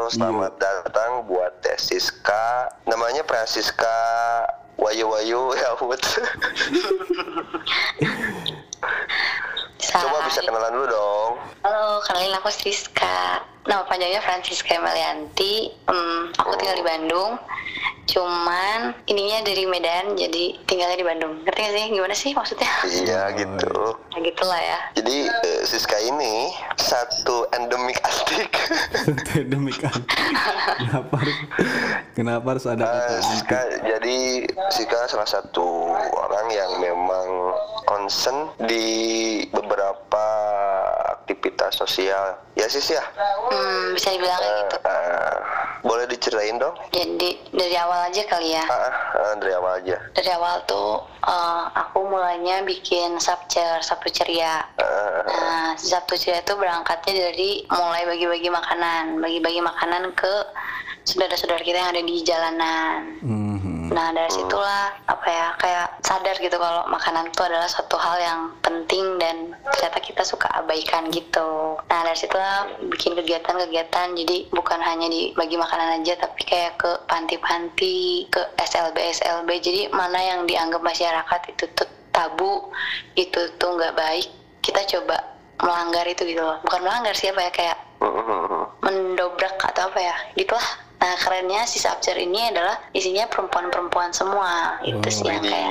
selamat datang buat Teh Siska. Namanya Francisca Wayu Yahut. Coba bisa kenalan dulu dong. Halo, kenalin aku Siska. Nama panjangnya Francisca Melianti. Aku tinggal di Bandung. Cuman ininya dari Medan, jadi tinggalnya di Bandung. Ngerti gak sih? Gimana sih maksudnya? Iya gitu. Nah gitulah ya. Jadi Siska ini satu endemik Astik. Endemik. Kenapa harus ada kata Siska, jadi Siska salah satu orang yang memang concern di beberapa aktivitas sosial. Ya Sis ya? Bisa dibilang kayak gitu. Boleh diceritain dong? Jadi dari awal aja kali ya. Dari awal aja. Dari awal tuh aku mulainya bikin Sabtu Ceria. Nah, Sabtu Ceria itu berangkatnya dari mulai bagi-bagi makanan ke saudara-saudara kita yang ada di jalanan. Nah dari situlah kayak sadar gitu kalau makanan itu adalah suatu hal yang penting dan ternyata kita suka abaikan gitu. Nah dari situlah bikin kegiatan-kegiatan, jadi bukan hanya dibagi makanan aja tapi kayak ke panti-panti, ke SLB, jadi mana yang dianggap masyarakat itu tuh tabu, itu tuh nggak baik, kita coba melanggar itu gitu loh. Bukan melanggar sih kayak mendobrak atau gitulah. Nah kerennya si Sabcer ini adalah isinya perempuan-perempuan semua. Itu sih yang kayak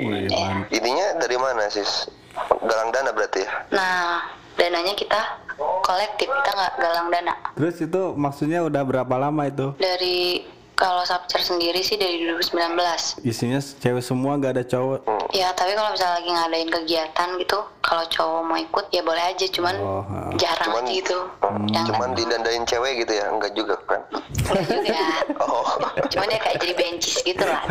Ininya dari mana Sis? Galang dana berarti ya? Nah dananya kita kolektif, kita nggak galang dana. Terus itu maksudnya udah berapa lama itu? Dari kalau Sabcer sendiri sih dari 2019. Isinya cewek semua, gak ada cowok? Ya tapi kalau misalnya lagi ngadain kegiatan gitu, kalau cowok mau ikut ya boleh aja, cuman jarang aja gitu. Cuman didandain cewek gitu ya? Enggak juga kan? Enggak juga. Cuman ya kayak jadi bencis gitu lah.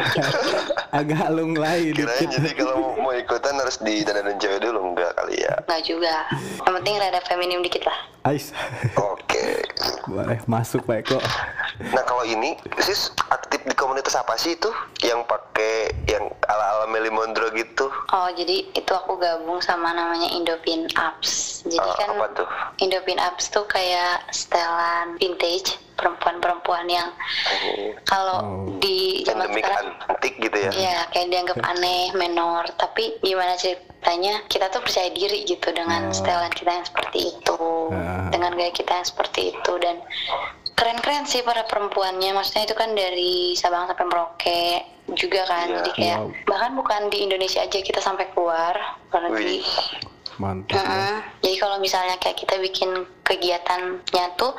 Agak lunglai Kirain dikit. jadi kalau mau ikutan harus didandain cewek dulu, enggak kali ya? Enggak juga. Yang penting rada feminim dikit lah. Ais. Oke. Boleh masuk Pak Eko. Nah kalau ini Sis aktif di komunitas apa sih itu? Yang pakai yang ala-ala Melly Mondro gitu? Oh jadi itu aku gabung sama namanya Indopin Ups. Jadi kan apa tuh? Indopin Ups tuh kayak setelan vintage, perempuan-perempuan yang kalau di zaman Endemik sekarang antik gitu ya? ya kayak dianggap aneh, menor. Tapi gimana ceritanya kita tuh percaya diri gitu dengan setelan kita yang seperti itu, dengan gaya kita yang seperti itu. Dan keren-keren sih para perempuannya, maksudnya itu kan dari Sabang sampai Merauke juga kan. Jadi kayak bahkan bukan di Indonesia aja, kita sampai keluar negeri. Mantap. Jadi kalau misalnya kayak kita bikin kegiatannya tuh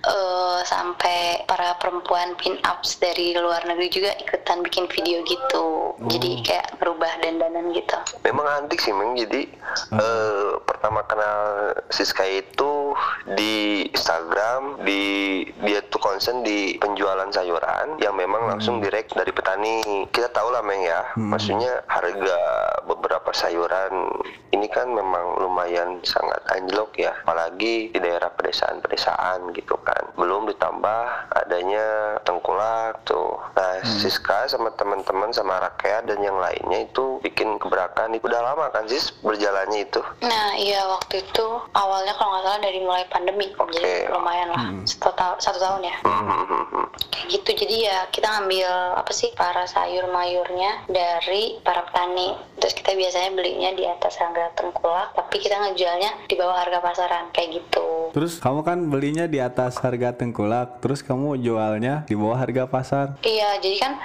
sampai para perempuan pin ups dari luar negeri juga ikutan bikin video gitu. Jadi kayak berubah dandanan gitu. Memang antik sih Meng. Jadi pertama kenal Siska itu di Instagram, dia tuh concern di penjualan sayuran yang memang langsung direct dari petani. Kita tahu lah Meng ya, maksudnya harga beberapa sayuran ini kan memang lumayan sangat anjlok ya, apalagi di daerah pedesaan-pedesaan gitu kan. Belum ditambah adanya tengkulak tuh. Nah Siska sama teman-teman sama rakyat dan yang lainnya itu bikin gebrakan. Udah lama kan Sis berjalannya itu? Nah iya, waktu itu awalnya kalau nggak salah dari mulai pandemi. Jadi lumayan lah, satu tahun ya. Kayak gitu. Jadi ya kita ngambil para sayur mayurnya dari para petani. Terus kita biasanya belinya di atas harga tengkulak, tapi kita ngejualnya di bawah harga pasaran kayak gitu. Terus kamu kan belinya di atas harga tengkulak, terus kamu jualnya di bawah harga pasar. Iya, jadi kan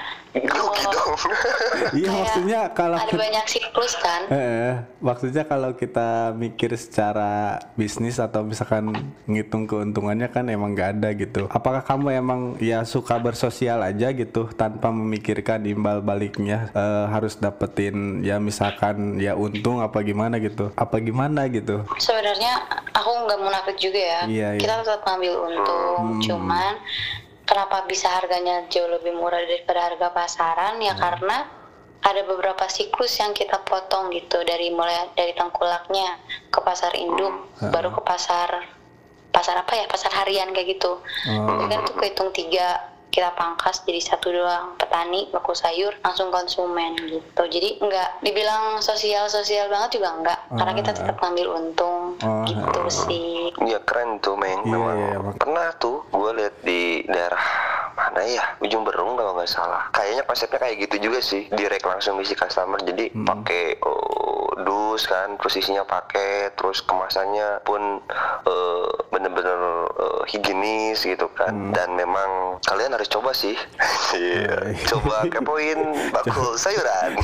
Iya maksudnya kalau ada banyak siklus kan. Maksudnya kalau kita mikir secara bisnis atau misalkan ngitung keuntungannya kan emang gak ada gitu. Apakah kamu emang ya suka bersosial aja gitu tanpa memikirkan imbal baliknya harus dapetin ya misalkan ya untung apa gimana gitu? Sebenarnya aku nggak munafik juga ya. Kita tetap ngambil untung, cuman kenapa bisa harganya jauh lebih murah daripada harga pasaran ya karena ada beberapa siklus yang kita potong gitu, mulai dari tengkulaknya ke pasar induk, baru ke pasar harian kayak gitu. Jadi kan tuh kehitung 3, kita pangkas jadi 1 doang, petani, baku sayur, langsung konsumen gitu. Jadi nggak dibilang sosial banget juga nggak, karena kita tetap ngambil untung gitu sih. Iya keren tuh Meng. Memang pernah tuh gue lihat di daerah mana ya, Ujung Berung kalau nggak salah. Kayaknya konsepnya kayak gitu juga sih, direct langsung isi customer. Jadi pakai dus kan, terus isinya paket, terus kemasannya pun bener-bener higienis gitu kan. Dan memang kalian harus coba sih. Coba kepoin bakul sayuran.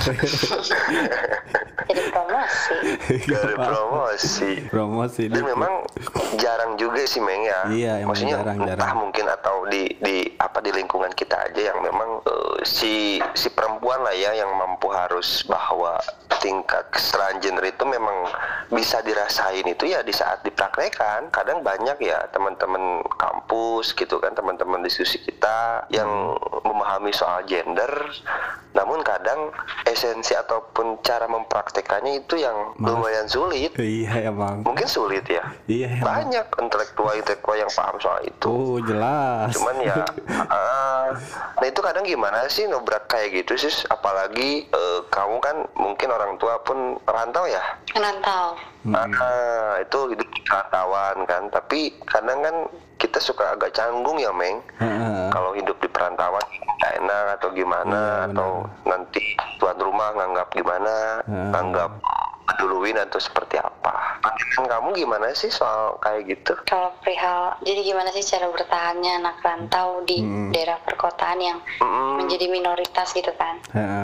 Jadi promosi. Dari promosi. Dan memang jarang juga sih Meng ya. Iya, emang maksudnya jarang. Entah mungkin atau di lingkungan kita aja yang memang si perempuan lah ya yang mampu harus bahwa tingkat kesetaraan gender itu memang bisa dirasain itu ya di saat dipraktekkan. Kadang banyak ya teman-teman kampus gitu kan, teman-teman diskusi kita yang memahami soal gender, namun kadang esensi ataupun cara mempraktekannya itu yang lumayan sulit. Iya emang. Mungkin sulit ya. Iya emang. Banyak intelektual yang paham soal itu. Oh jelas. Cuman ya, nah itu kadang gimana sih nobrak kayak gitu sih, apalagi kamu kan mungkin orang tua pun rantau ya. Rantau. Itu hidup di perantauan kan, tapi kadang kan kita suka agak canggung ya Meng. Kalau hidup di perantauan nggak enak atau gimana, atau nanti tuan rumah nganggap gimana, nganggap duluin atau seperti apa. Pandangan kamu gimana sih soal kayak gitu? Kalau perihal, jadi gimana sih cara bertahannya anak rantau di daerah perkotaan yang menjadi minoritas gitu kan?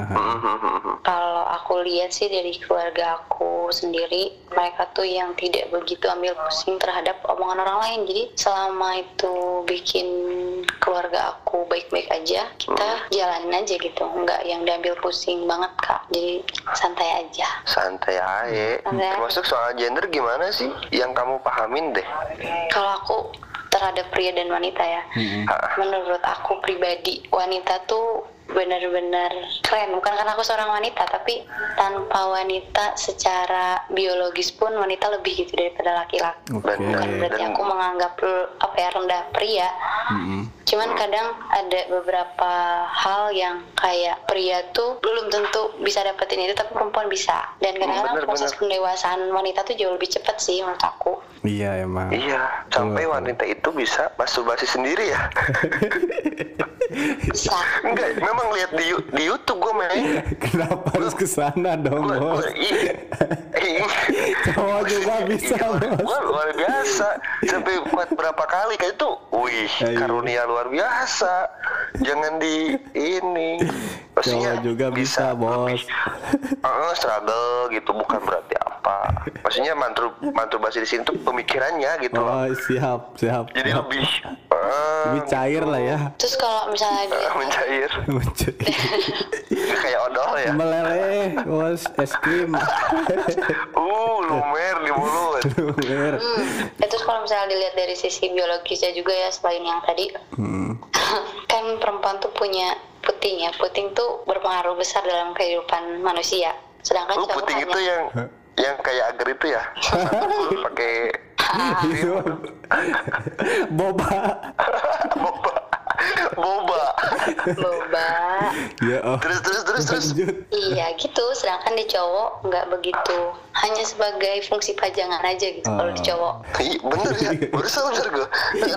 Kalau aku lihat sih dari keluarga aku sendiri, mereka tuh yang tidak begitu ambil pusing terhadap omongan orang lain. Jadi selama itu bikin keluarga aku baik-baik aja, kita jalanin aja gitu, nggak yang diambil pusing banget Kak. Jadi santai aja. Santai aja. Termasuk soal gender gimana sih yang kamu pahamin deh? Kalau aku terhadap pria dan wanita ya, menurut aku pribadi, wanita tuh benar-benar keren. Bukan karena aku seorang wanita, tapi tanpa wanita secara biologis pun wanita lebih gitu daripada laki-laki. Bukan berarti aku menganggap rendah pria. Cuman kadang ada beberapa hal yang kayak pria tuh belum tentu bisa dapetin itu, tapi perempuan bisa. Dan kadang-kadang proses pendewasaan wanita tuh jauh lebih cepat sih menurut aku. Iya emang. Iya, sampai wanita itu bisa masturbasi sendiri ya. Bisa. Enggak, memang lihat di YouTube gue main. Kenapa harus kesana dong bos? Cowok juga bisa bos. Gue luar biasa. Sampai buat berapa kali kayak itu, wih karunia luar biasa. Jangan di ini. Maksudnya cowok juga bisa bos. Struggle gitu bukan berarti apa. Maksudnya masturbasi di sini tuh pemikirannya gitu. Oh siap. Jadi lebih cair lah ya. Terus kalau misalnya mencair. Kayak odol ya. Meleleh, bos, es krim. Lumer di mulut. Lumer. Terus kalau misalnya dilihat dari sisi biologisnya juga ya, selain yang tadi, kan perempuan tuh punya puting ya. Puting tuh berpengaruh besar dalam kehidupan manusia. Sedangkan cowok puting hanya... itu yang kayak agar itu ya. Pakai boba. Ya, Terus. Iya gitu. Sedangkan di cowok nggak begitu. Hanya sebagai fungsi pajangan aja gitu kalau di cowok. Iya bener ya. Bener gue.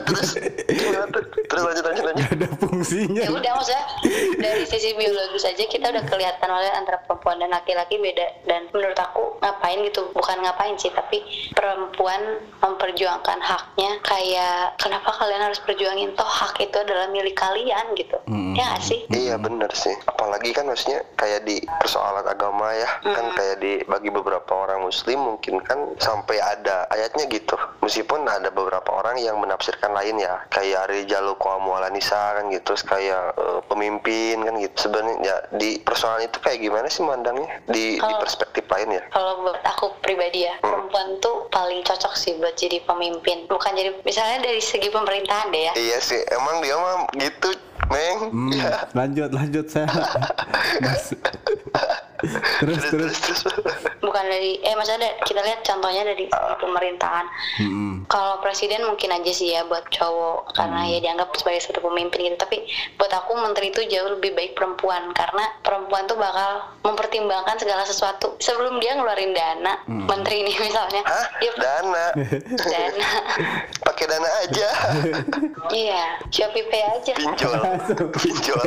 Terus lanjut. Gak ada fungsinya. Ya udah, maksudnya dari sisi biologis aja kita udah kelihatan oleh antara perempuan dan laki-laki beda. Dan menurut aku ngapain gitu, bukan ngapain sih, tapi perempuan memperjuangkan haknya. Kayak kenapa kalian harus perjuangin, toh hak itu adalah milik kalian gitu. Ya gak sih? Iya bener sih. Apalagi kan maksudnya kayak di persoalan agama ya, kan kayak bagi beberapa orang muslim mungkin kan sampai ada ayatnya gitu. Meskipun ada beberapa orang yang menafsirkan lain ya, kayak rijalu qawwamu 'alan nisa kan gitu, terus kayak pemimpin kan gitu. Sebenarnya ya, di persoalan itu kayak gimana sih mandangnya di perspektif lain ya? Kalau buat aku pribadi ya, perempuan tuh paling cocok sih buat jadi pemimpin. Bukan jadi, misalnya dari segi pemerintahan deh ya. Iya sih, emang dia mah gitu, Meng. Lanjut saya. Terus. Bukan dari maksudnya kita lihat contohnya dari pemerintahan. Kalau presiden mungkin aja sih ya buat cowok karena ya dianggap sebagai satu pemimpin gitu, tapi buat aku menteri itu jauh lebih baik perempuan karena perempuan tuh bakal mempertimbangkan segala sesuatu sebelum dia ngeluarin dana. Menteri ini misalnya dia dana pakai dana aja. Iya, Shopee Pay aja, pinjol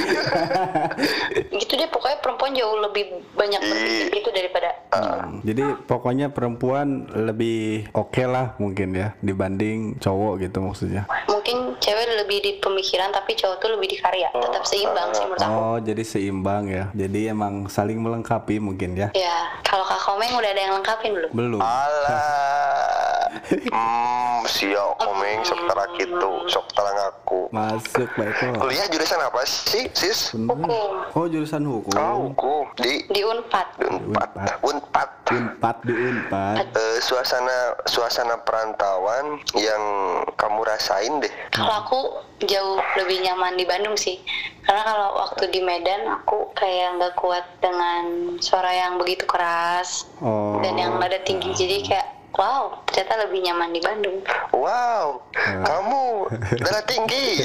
gitu deh. Pokoknya perempuan jauh lebih banyak berpikir itu daripada Jadi pokoknya perempuan lebih oke lah mungkin ya dibanding cowok gitu maksudnya. mungkin cewek lebih di pemikiran tapi cowok tuh lebih di karya. Tetap seimbang sih menurut aku. Oh, jadi seimbang ya. Jadi emang saling melengkapi mungkin ya. Ya, kalau Kak Komeng udah ada yang lengkapin belum? Belum. alah siap Komeng sok tara kitu sok tara ngaku. Masuk Pak Eko. Kuliah jurusan apa sih sis? Hukum Oh, jurusan hukum. Hukum di di Unpad. Unpad. Di Unpad. Suasana perantauan yang kamu rasain deh. Kalau aku jauh lebih nyaman di Bandung sih, karena kalau waktu di Medan aku kayak nggak kuat dengan suara yang begitu keras dan yang nada tinggi, jadi kayak wow, ternyata lebih nyaman di Bandung. Wow, kamu darah tinggi.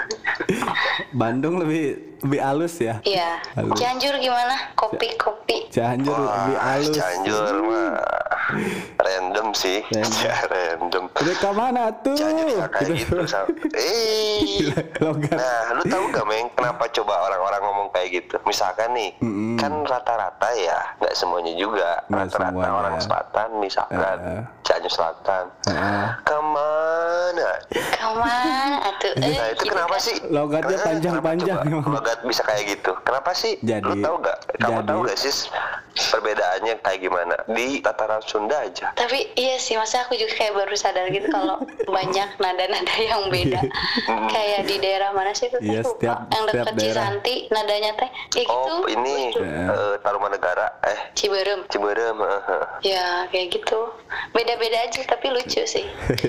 Bandung lebih halus ya. Iya. Halus. Cianjur gimana? Kopi. Cianjur lebih halus. Cianjur mah random sih. Ya, random. Udah ke mana tuh? Cianjur kayak gitu. Logat. Nah, lu tahu gak Meng, kenapa coba orang-orang ngomong kayak gitu? Misalkan nih, kan rata-rata ya, nggak semuanya juga. Nggak Rata-rata semuanya. orang selatan, misalkan Cianjur Selatan. Kemana? Atuh? Nah, itu kenapa sih? Logatnya panjang-panjang Kenapa emang. coba logat bisa kayak gitu? Kenapa sih? Lu tahu gak? Kamu tahu gak sih perbedaannya kayak gimana? Di tataran Sunda aja. Tapi iya sih, masa aku juga kayak baru sadar gitu kalau banyak nada-nada yang beda. Kayak di daerah mana sih tuh? Iya, yang dekat setiap daerah. Cisanti nadanya teh ya gitu. Oh, ini Tarumanegara. Ciberem. Ya kayak gitu. Beda-beda aja tapi lucu sih.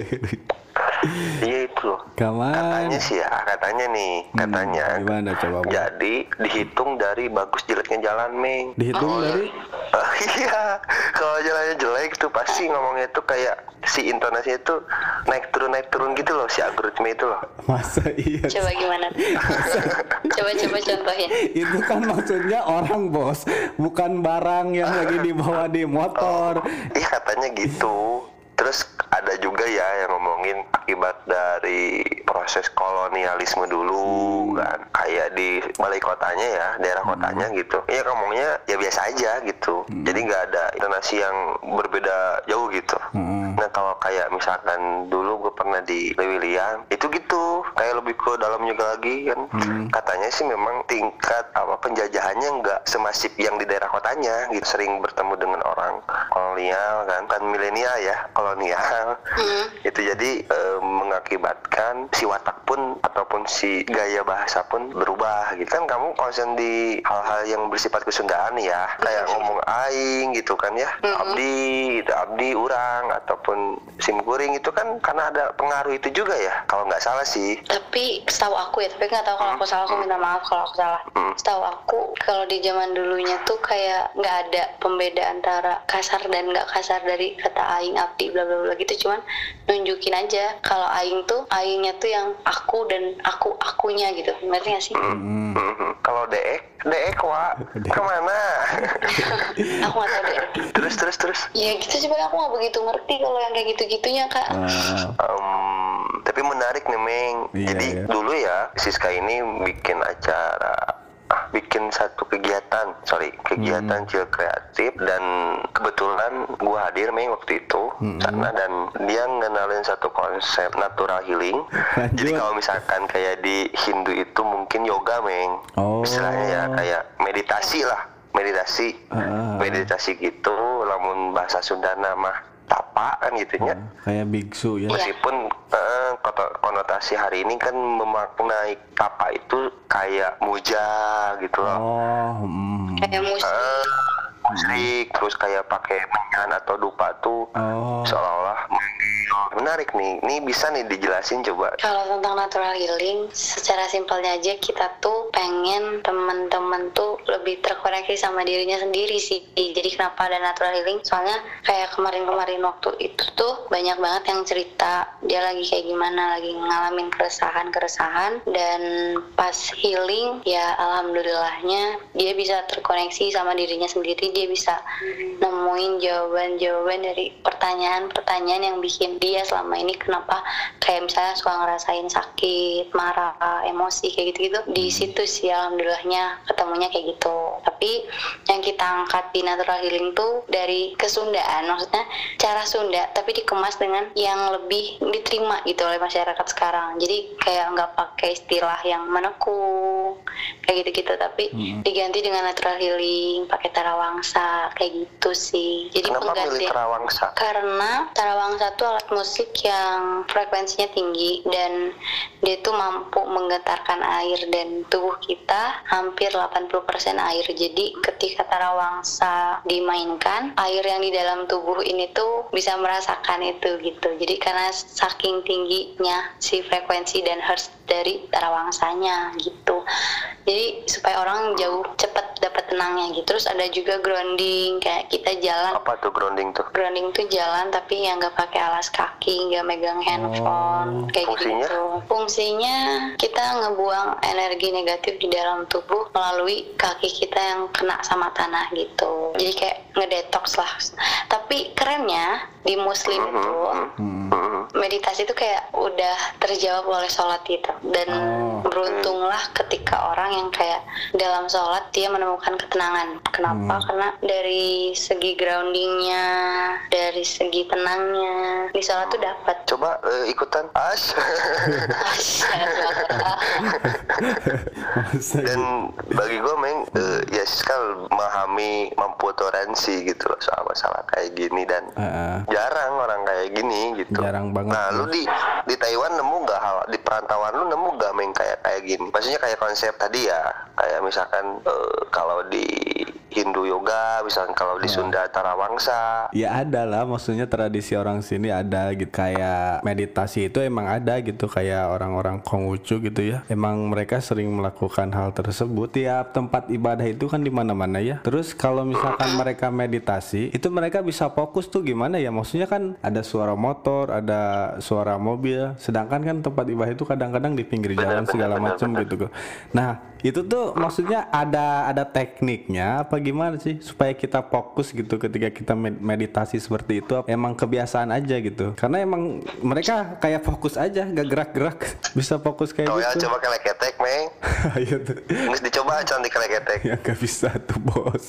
Iya itu loh. Katanya sih ya, katanya. Gimana coba? Jadi dihitung dari bagus jeleknya jalan, Meng. Dihitung dari? Iya, kalau jalannya jelek tuh pasti ngomongnya tuh kayak si intonasinya tuh naik turun gitu loh, si algoritma itu loh. Masa iya? Coba gimana? coba contohnya. Itu kan maksudnya orang bos, bukan barang yang lagi dibawa di motor. Iya katanya gitu. Terus ada juga ya yang ngomongin akibat dari proses kolonialisme dulu kan, kayak di balai kotanya ya, daerah kotanya gitu. Iya ngomongnya ya biasa aja gitu. Jadi nggak ada intonasi yang berbeda jauh gitu. Nah kalau kayak misalkan dulu gue pernah di Lewiliang, itu gitu, kayak lebih ke dalam juga lagi kan. Katanya sih memang tingkat penjajahannya nggak semasif yang di daerah kotanya gitu. Sering bertemu dengan orang kolonial kan milenial ya, kolonial. Itu jadi mengakibatkan si watak pun ataupun si gaya bahasa pun berubah gitu kan. Kamu konsen di hal-hal yang bersifat kesundaan ya, kayak ngomong aing gitu kan ya, abdi itu abdi urang ataupun simkuring itu kan karena ada pengaruh itu juga ya kalau nggak salah sih. Tapi setahu aku ya, tapi nggak tahu kalau aku salah, aku minta maaf kalau aku salah. Setahu aku kalau di zaman dulunya tuh kayak nggak ada pembeda antara kasar dan nggak kasar dari kata aing, abdi, bla bla bla gitu. Cuman nunjukin aja kalau aing tuh aingnya tuh yang aku dan akunya gitu. Ngerti nggak sih? Kalau deek wa kemana? Aku nggak tahu deh. Terus Ya gitu sih, aku nggak begitu ngerti kalau yang kayak gitu-gitunya Kak. Tapi menarik nih Meng. Iya, Jadi iya. dulu ya Siska ini bikin satu kegiatan Cil kreatif, dan kebetulan gua hadir Meng waktu itu sana, dan dia ngenalin satu konsep natural healing. Lanjut. Jadi kalau misalkan kayak di Hindu itu mungkin yoga Meng, istilahnya ya kayak meditasi gitu, lamun bahasa Sunda mah tapa kan gitunya. Kayak biksu ya. Meskipun konotasi hari ini kan memaknai tapa itu kayak muja gitu loh. Kayak musik. musik, terus kayak pakai menyan atau dupa tuh seolah-olah menarik nih. Ini bisa nih dijelasin coba. Kalau tentang natural healing, secara simpelnya aja kita tuh pengen teman-teman tuh lebih terkoneksi sama dirinya sendiri sih. Jadi kenapa ada natural healing? Soalnya kayak kemarin-kemarin waktu itu tuh banyak banget yang cerita dia lagi kayak gimana, lagi ngalamin keresahan dan pas healing ya alhamdulillahnya dia bisa terkoneksi sama dirinya sendiri, dia bisa nemuin jawaban-jawaban dari pertanyaan-pertanyaan yang bikin dia selama ini kenapa kayak misalnya suka ngerasain sakit, marah, emosi kayak gitu-gitu. Di situ sih alhamdulillahnya ketemunya kayak gitu. Tapi yang kita angkat di natural healing tuh dari kesundaan, maksudnya cara Sunda tapi dikemas dengan yang lebih diterima gitu oleh masyarakat sekarang. Jadi kayak nggak pakai istilah yang menekung kayak gitu-gitu, tapi diganti dengan natural healing, pakai tarawangsa kayak gitu sih. Jadi kenapa milih tarawangsa? Karena tarawangsa itu alat musik yang frekuensinya tinggi dan dia tuh mampu menggetarkan air, dan tubuh kita hampir 80% air. Jadi ketika tarawangsa dimainkan, air yang di dalam tubuh ini tuh bisa merasakan itu gitu. Jadi karena saking tingginya si frekuensi dan hertz dari tarawangsanya gitu. Jadi supaya orang jauh cepat dapat tenangnya gitu. Terus ada juga grounding, kayak kita jalan. Apa tuh grounding tuh? Grounding tuh jalan tapi yang nggak pakai alas kaki, nggak megang handphone, kayak gitu. Fungsinya kita ngebuang energi negatif di dalam tubuh melalui kaki kita yang kena sama tanah gitu. Jadi kayak ngedetox lah. Tapi kerennya di Muslim itu meditasi itu kayak udah terjawab oleh sholat gitu. Dan beruntunglah ketika orang yang kayak dalam sholat dia menemukan ketenangan. Kenapa? Karena dari segi groundingnya, dari segi tenangnya di sholat tuh dapat. Coba ikutan dan bagi gue ya sekal memahami, mampu toleransi gitu loh soal masalah kayak gini, dan jarang orang kayak gini gitu. Jarang banget. Nah lu di Taiwan nemu nggak hal, di perantauan lu nemu nggak kayak gini? Maksudnya kayak konsep tadi ya, kayak misalkan kalau di Hindu yoga, misalkan kalau di Sunda tarawangsa. Ya ada lah, maksudnya tradisi orang sini ada gitu. Kayak meditasi itu emang ada gitu, kayak orang-orang Konghucu gitu ya. Emang mereka sering melakukan hal tersebut. Tiap tempat ibadah itu kan di mana-mana ya. Terus kalau misalkan mereka meditasi, itu mereka bisa fokus tuh gimana ya? Maksudnya kan ada suara motor, ada suara mobil. Sedangkan kan tempat ibadah itu kadang-kadang di pinggir jalan segala macam gitu. Nah, itu tuh maksudnya ada tekniknya apa gimana sih supaya kita fokus gitu ketika kita meditasi seperti itu? Emang kebiasaan aja gitu, karena emang mereka kayak fokus aja, gak gerak-gerak, bisa fokus kayak gitu. Ya coba keleketek meng. Ayo tuh, mesti dicoba cantik keleketek. Ya gak bisa tuh bos.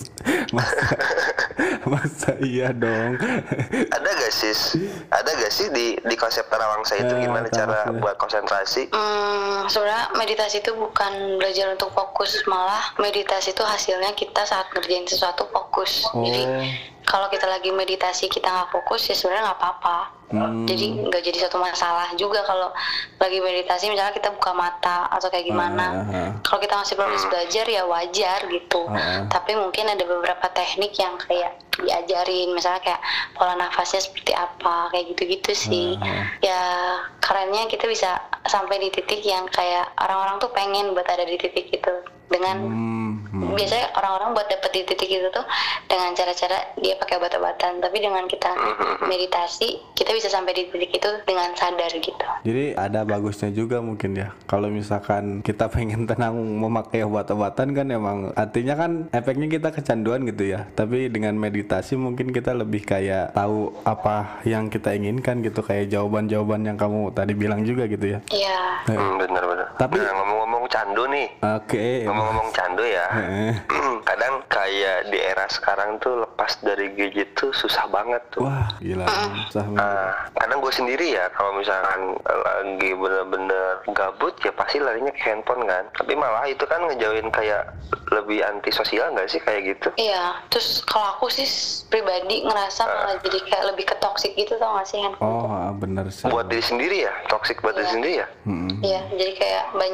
Masa iya dong. Ada gak sih di konsep tarawangsa itu gimana cara buat konsentrasi? Sebenarnya meditasi itu bukan belajar untuk fokus, malah meditasi itu hasilnya kita saat ngerjain sesuatu fokus. Jadi kalau kita lagi meditasi kita nggak fokus ya sebenarnya nggak apa-apa. Jadi nggak jadi satu masalah juga kalau lagi meditasi misalnya kita buka mata atau kayak gimana. Kalau kita masih proses belajar ya wajar gitu. Tapi mungkin ada beberapa teknik yang kayak diajarin, misalnya kayak pola nafasnya seperti apa, kayak gitu-gitu sih. Ya kerennya kita bisa sampai di titik yang kayak orang-orang tuh pengen buat ada di titik itu dengan biasanya orang-orang buat dapet di titik itu tuh dengan cara-cara dia pakai obat-obatan, tapi dengan kita meditasi kita bisa sampai di titik itu dengan sadar gitu. Jadi ada bagusnya juga mungkin ya, kalau misalkan kita pengen tenang memakai obat-obatan kan emang artinya kan efeknya kita kecanduan gitu ya, tapi dengan meditasi mungkin kita lebih kayak tahu apa yang kita inginkan gitu, kayak jawaban-jawaban yang kamu tadi bilang juga gitu ya. Iya. Bener-bener. Tapi ngomong-ngomong candu nih. Ngomong-ngomong candu ya. Kadang kayak di era sekarang tuh lepas dari gadget tuh susah banget tuh. Wah gila, susah banget. Kadang gue sendiri ya kalau misalkan lagi bener-bener gabut ya pasti larinya ke handphone kan. Tapi malah itu kan ngejauhin kayak lebih antisosial nggak sih kayak gitu? Iya. Terus kalau aku sih pribadi ngerasa malah jadi kayak lebih ke toxic gitu, tau nggak sih handphone? Bener sih. Buat diri sendiri ya, toxic buat diri sendiri ya. Iya. Jadi kayak banyak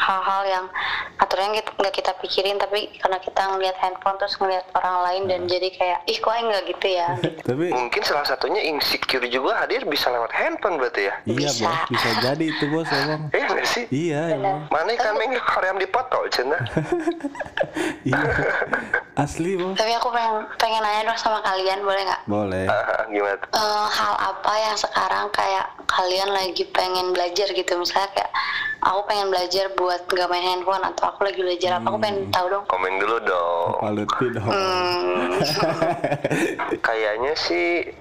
hal-hal yang aturannya nggak kita pikirin, tapi karena kita ngelihat handphone terus ngelihat orang lain dan jadi kayak ih kok nggak gitu ya. Tapi mungkin salah satunya insecure juga hadir bisa lewat handphone berarti ya. iya Bisa. bos, bisa jadi itu bos emang. Iya nggak sih? Iya emang. Mana kan meng koream dipoto cina. Iya. Asli bos. Tapi aku pengen nanya dong sama kalian, boleh nggak? Boleh. Gimana tuh? Hal apa yang sekarang kayak kalian lagi pengen belajar gitu, misalnya kayak aku pengen belajar buat nggak main handphone, atau aku lagi belajar apa, aku pengen tahu dong. Komen dulu dong. Pak Lutfi dong. Kayaknya sih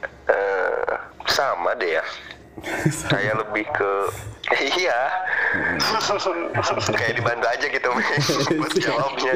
sama deh ya. Kayak lebih ke iya. Kayak dibantu aja gitu buat jawabnya.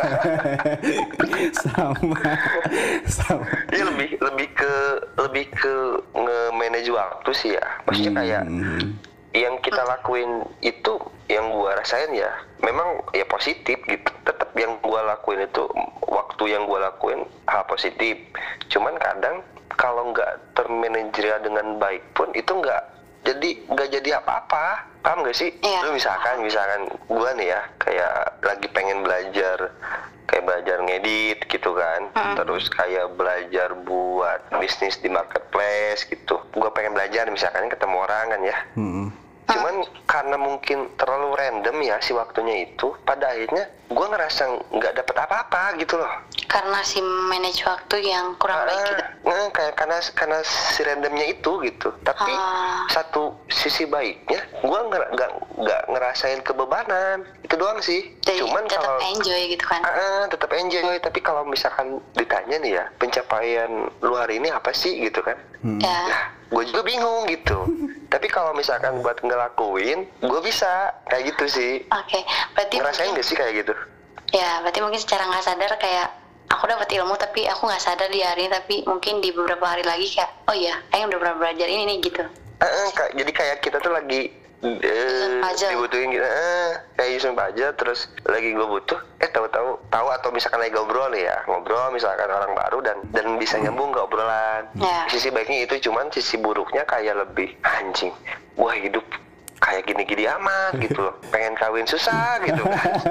Sama. Iya lebih ke nge-manage waktu sih ya. Maksudnya kayak yang kita lakuin itu, yang gua rasain ya memang ya positif gitu. Tetap yang gua lakuin itu, waktu yang gua lakuin hal positif. Cuman kadang kalau nggak termanajer dengan baik pun itu nggak jadi apa-apa. Paham nggak sih? Iya. Lu misalkan gua nih ya kayak lagi pengen belajar ngedit gitu kan, terus kayak belajar buat bisnis di marketplace gitu. Gua pengen belajar misalkan ketemu orang kan ya. Cuman karena mungkin terlalu random ya si waktunya itu, pada akhirnya gue ngerasa nggak dapet apa-apa gitu loh. Karena si manage waktu yang kurang baik gitu. Kayak karena si randomnya itu gitu. Tapi satu sisi baiknya gue nggak ngerasain kebebanan, itu doang sih. Jadi Cuman tetap kalau enjoy gitu kan. tetap enjoy. Tapi kalau misalkan ditanya nih ya, pencapaian lu hari ini apa sih gitu kan? Ya. Nah, gue juga bingung gitu. Tapi kalau misalkan buat ngelakuin, gue bisa kayak gitu sih. Oke, berarti Ngerasain mungkin, gak sih kayak gitu? ya berarti mungkin secara nggak sadar kayak aku dapat ilmu tapi aku nggak sadar di hari ini, tapi mungkin di beberapa hari lagi kayak oh iya, Aing udah pernah belajar ini nih gitu. Jadi kayak kita tuh lagi puzzle. dibutuhin gitu, kayak Yusuf aja, terus lagi gue butuh, tahu atau misalkan lagi ngobrol misalkan orang baru dan bisa nyambung ke obrolan. Ya. Sisi baiknya itu, cuman sisi buruknya kayak lebih anjing, wah hidup kayak gini-gini amat gitu loh, pengen kawin susah gitu.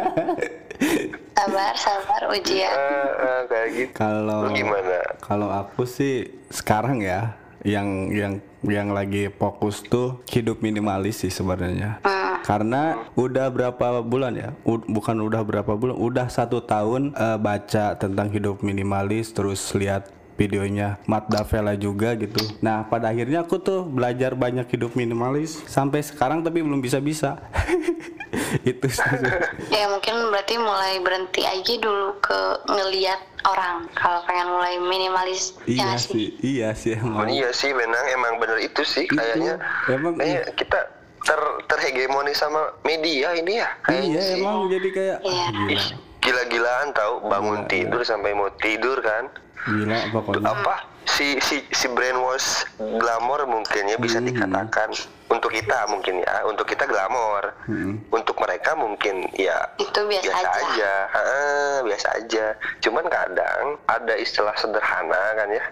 Sabar ujian. Kayak gitu. Kalau Lu gimana? Kalau aku sih sekarang ya yang lagi fokus tuh hidup minimalis sih sebenarnya. Karena udah berapa bulan ya? Bukan udah berapa bulan, udah 1 tahun baca tentang hidup minimalis, terus lihat videonya Matt Davella juga gitu. Nah pada akhirnya aku tuh belajar banyak hidup minimalis sampai sekarang, tapi belum bisa. Itu sih. Ya mungkin berarti mulai berhenti aja dulu ke ngelihat orang kalau pengen mulai minimalis. Iya ya sih emang. Iya sih, emang bener itu sih kayaknya. Emang kayak kita terhegemoni sama media ini ya. Iya sih. Emang jadi kayak Iya. gila. Gila-gilaan tahu, bangun tidur sampai mau tidur kan. Gila pokoknya. Apa si brainwash glamor mungkin ya bisa dikatakan. Untuk kita mungkin ya, untuk kita glamor. Untuk mereka mungkin ya Itu biasa aja. Biasa aja. Cuman kadang ada istilah sederhana kan ya.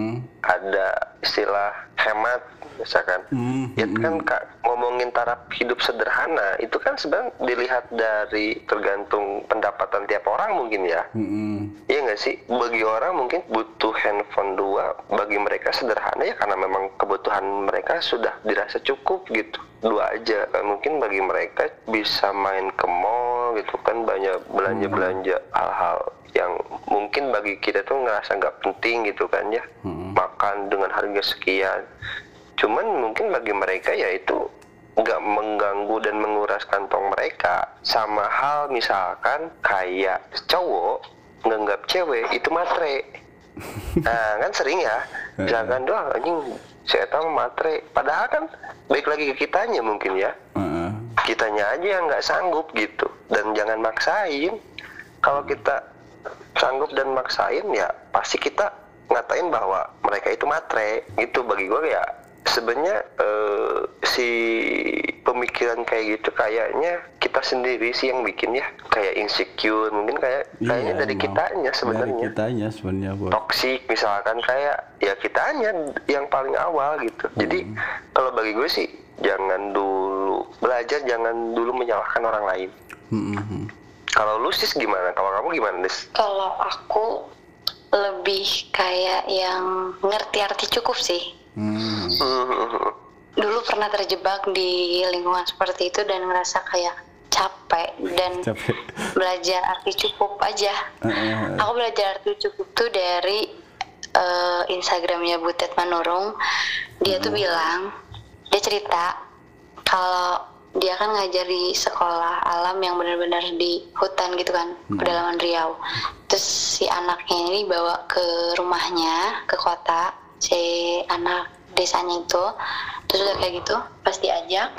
Ada istilah hemat misalkan. Ya kan Kak, ngomongin taraf hidup sederhana itu kan sebenarnya dilihat dari tergantung pendapatan tiap orang mungkin ya. Iya nggak sih? Bagi orang mungkin butuh handphone 2, bagi mereka sederhana ya karena memang kebutuhan mereka sudah dirasa cukup gitu. 2 aja kan, mungkin bagi mereka bisa main ke mall gitu kan, banyak belanja hal-hal yang mungkin bagi kita tuh ngerasa nggak penting gitu kan ya. Makan dengan harga sekian, cuman mungkin bagi mereka ya itu nggak mengganggu dan menguras kantong mereka. Sama hal misalkan kayak cowok nganggap cewek itu matre. Nah kan sering ya, misalkan doang anjing saya tahu matre, padahal kan baik lagi ke kitanya mungkin ya. Kitanya aja yang nggak sanggup gitu, dan jangan maksain. Kalau kita sanggup dan maksain ya pasti kita ngatain bahwa mereka itu matre gitu. Bagi gue ya sebenarnya si pemikiran kayak gitu kayaknya kita sendiri sih yang bikin ya, kayak insecure mungkin kayaknya dari kitanya sebenarnya. Toxic misalkan kayak ya kitanya yang paling awal gitu. Jadi kalau bagi gue sih jangan dulu belajar jangan dulu menyalahkan orang lain. Kalau lu sis gimana? Kalau kamu gimana, Des? Kalau aku lebih kayak yang ngerti arti cukup sih. Dulu pernah terjebak di lingkungan seperti itu dan ngerasa kayak capek dan belajar arti cukup aja. Aku belajar arti cukup tuh dari Instagramnya Butet Manurung. Dia tuh bilang, dia cerita kalau dia kan ngajar di sekolah alam yang benar-benar di hutan gitu kan, pedalaman Riau. Terus si anaknya ini bawa ke rumahnya, ke kota, si anak desanya itu. Terus udah kayak gitu, pas diajak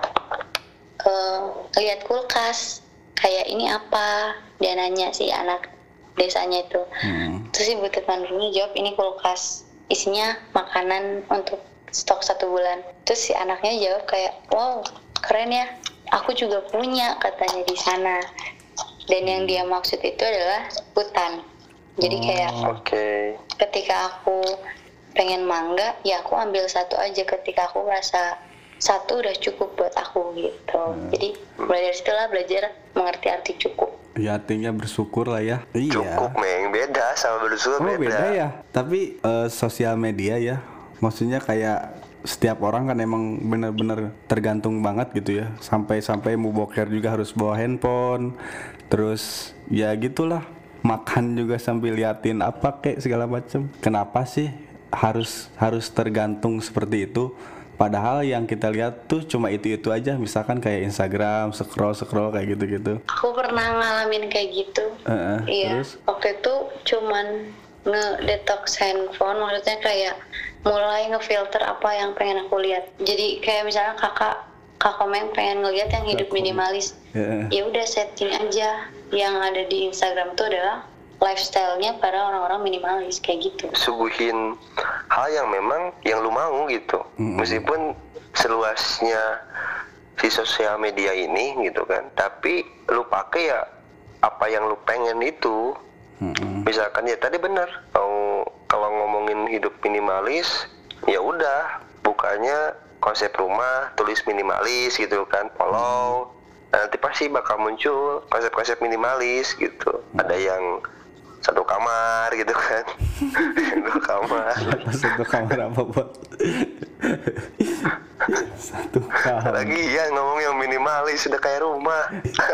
lihat kulkas, kayak ini apa? Dia nanya si anak desanya itu. Terus si Butet Manurungnya jawab, ini kulkas, isinya makanan untuk stok 1 bulan. Terus si anaknya jawab kayak, wow, keren ya, aku juga punya, katanya di sana. Dan yang dia maksud itu adalah hutan. Jadi kayak ketika aku pengen mangga, ya aku ambil 1 aja. Ketika aku merasa 1 udah cukup buat aku gitu. Jadi mulai dari situlah belajar mengerti arti cukup. Ya artinya bersyukur lah ya. Cukup Meng, beda sama bersyukur. Beda ya. Tapi sosial media ya, maksudnya kayak setiap orang kan emang bener-bener tergantung banget gitu ya. Sampai mau boker juga harus bawa handphone. Terus ya gitulah, makan juga sambil liatin apa kek segala macem. Kenapa sih harus tergantung seperti itu? Padahal yang kita lihat tuh cuma itu aja. Misalkan kayak Instagram, scroll kayak gitu-gitu. Aku pernah ngalamin kayak gitu. Iya. Terus? Waktu itu cuman nge-detox handphone, maksudnya kayak mulai ngefilter apa yang pengen aku lihat. Jadi kayak misalnya kakak Komeng pengen ngeliat yang hidup minimalis, ya udah setting aja. Yang ada di Instagram itu adalah lifestyle-nya para orang-orang minimalis kayak gitu. Suguhin hal yang memang yang lu mau gitu. Meskipun seluasnya si sosial media ini gitu kan, tapi lu pakai ya apa yang lu pengen itu. Misalkan ya tadi benar, kalau ngomongin hidup minimalis, ya udah bukanya konsep rumah, tulis minimalis gitu kan, follow. Nanti pasti bakal muncul konsep-konsep minimalis gitu. Ada yang 1 kamar gitu kan. 2 kamar. 1 kamar apa buat? 1 kamar. Lagi ya ngomong yang minimalis udah kayak rumah.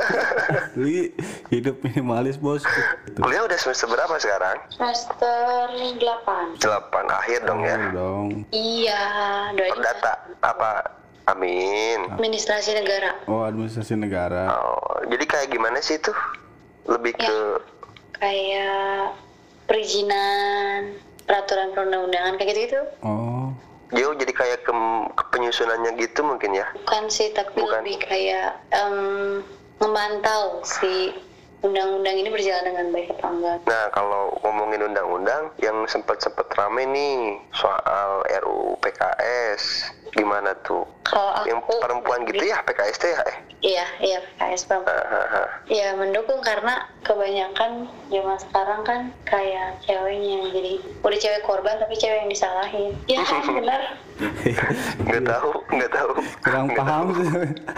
Hidup minimalis bos. Kuliah udah semester berapa sekarang? Semester 8. 8 akhir dong ya? Iya, doain. Perdata apa? Amin. Administrasi negara. Oh, administrasi negara. Oh, jadi kayak gimana sih itu? Lebih ke kayak perizinan, peraturan perundang-undangan kayak gitu-gitu. Oh. Jauh jadi kayak ke penyusunannya gitu mungkin ya? Bukan sih, tapi lebih kayak memantau si undang-undang ini berjalan dengan baik apa enggak. Nah, kalau ngomongin undang-undang yang sempat rame nih soal RUU PKS, gimana tuh? Kalau aku yang perempuan gitu ya, PKS teh ya? Iya, PKS perempuan. Ya mendukung karena kebanyakan zaman sekarang kan kayak ceweknya yang jadi udah cewek korban tapi cewek yang disalahin. Ya kan benar. Nggak tahu. Kurang paham sih.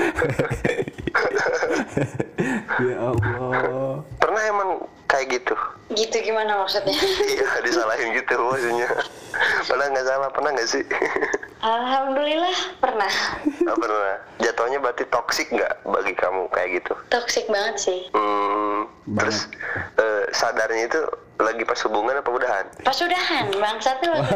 Ya Allah. Pernah emang kayak gitu? Gitu gimana maksudnya? Iya, disalahin gitu maksudnya. Pernah nggak sih? Alhamdulillah pernah. Pernah. Jatuhnya berarti toksik nggak bagi kamu kayak gitu? Toksik banget sih. Terus sadarnya itu lagi pas hubungan apa udahan? Pas udahan, bangsat tuh lagi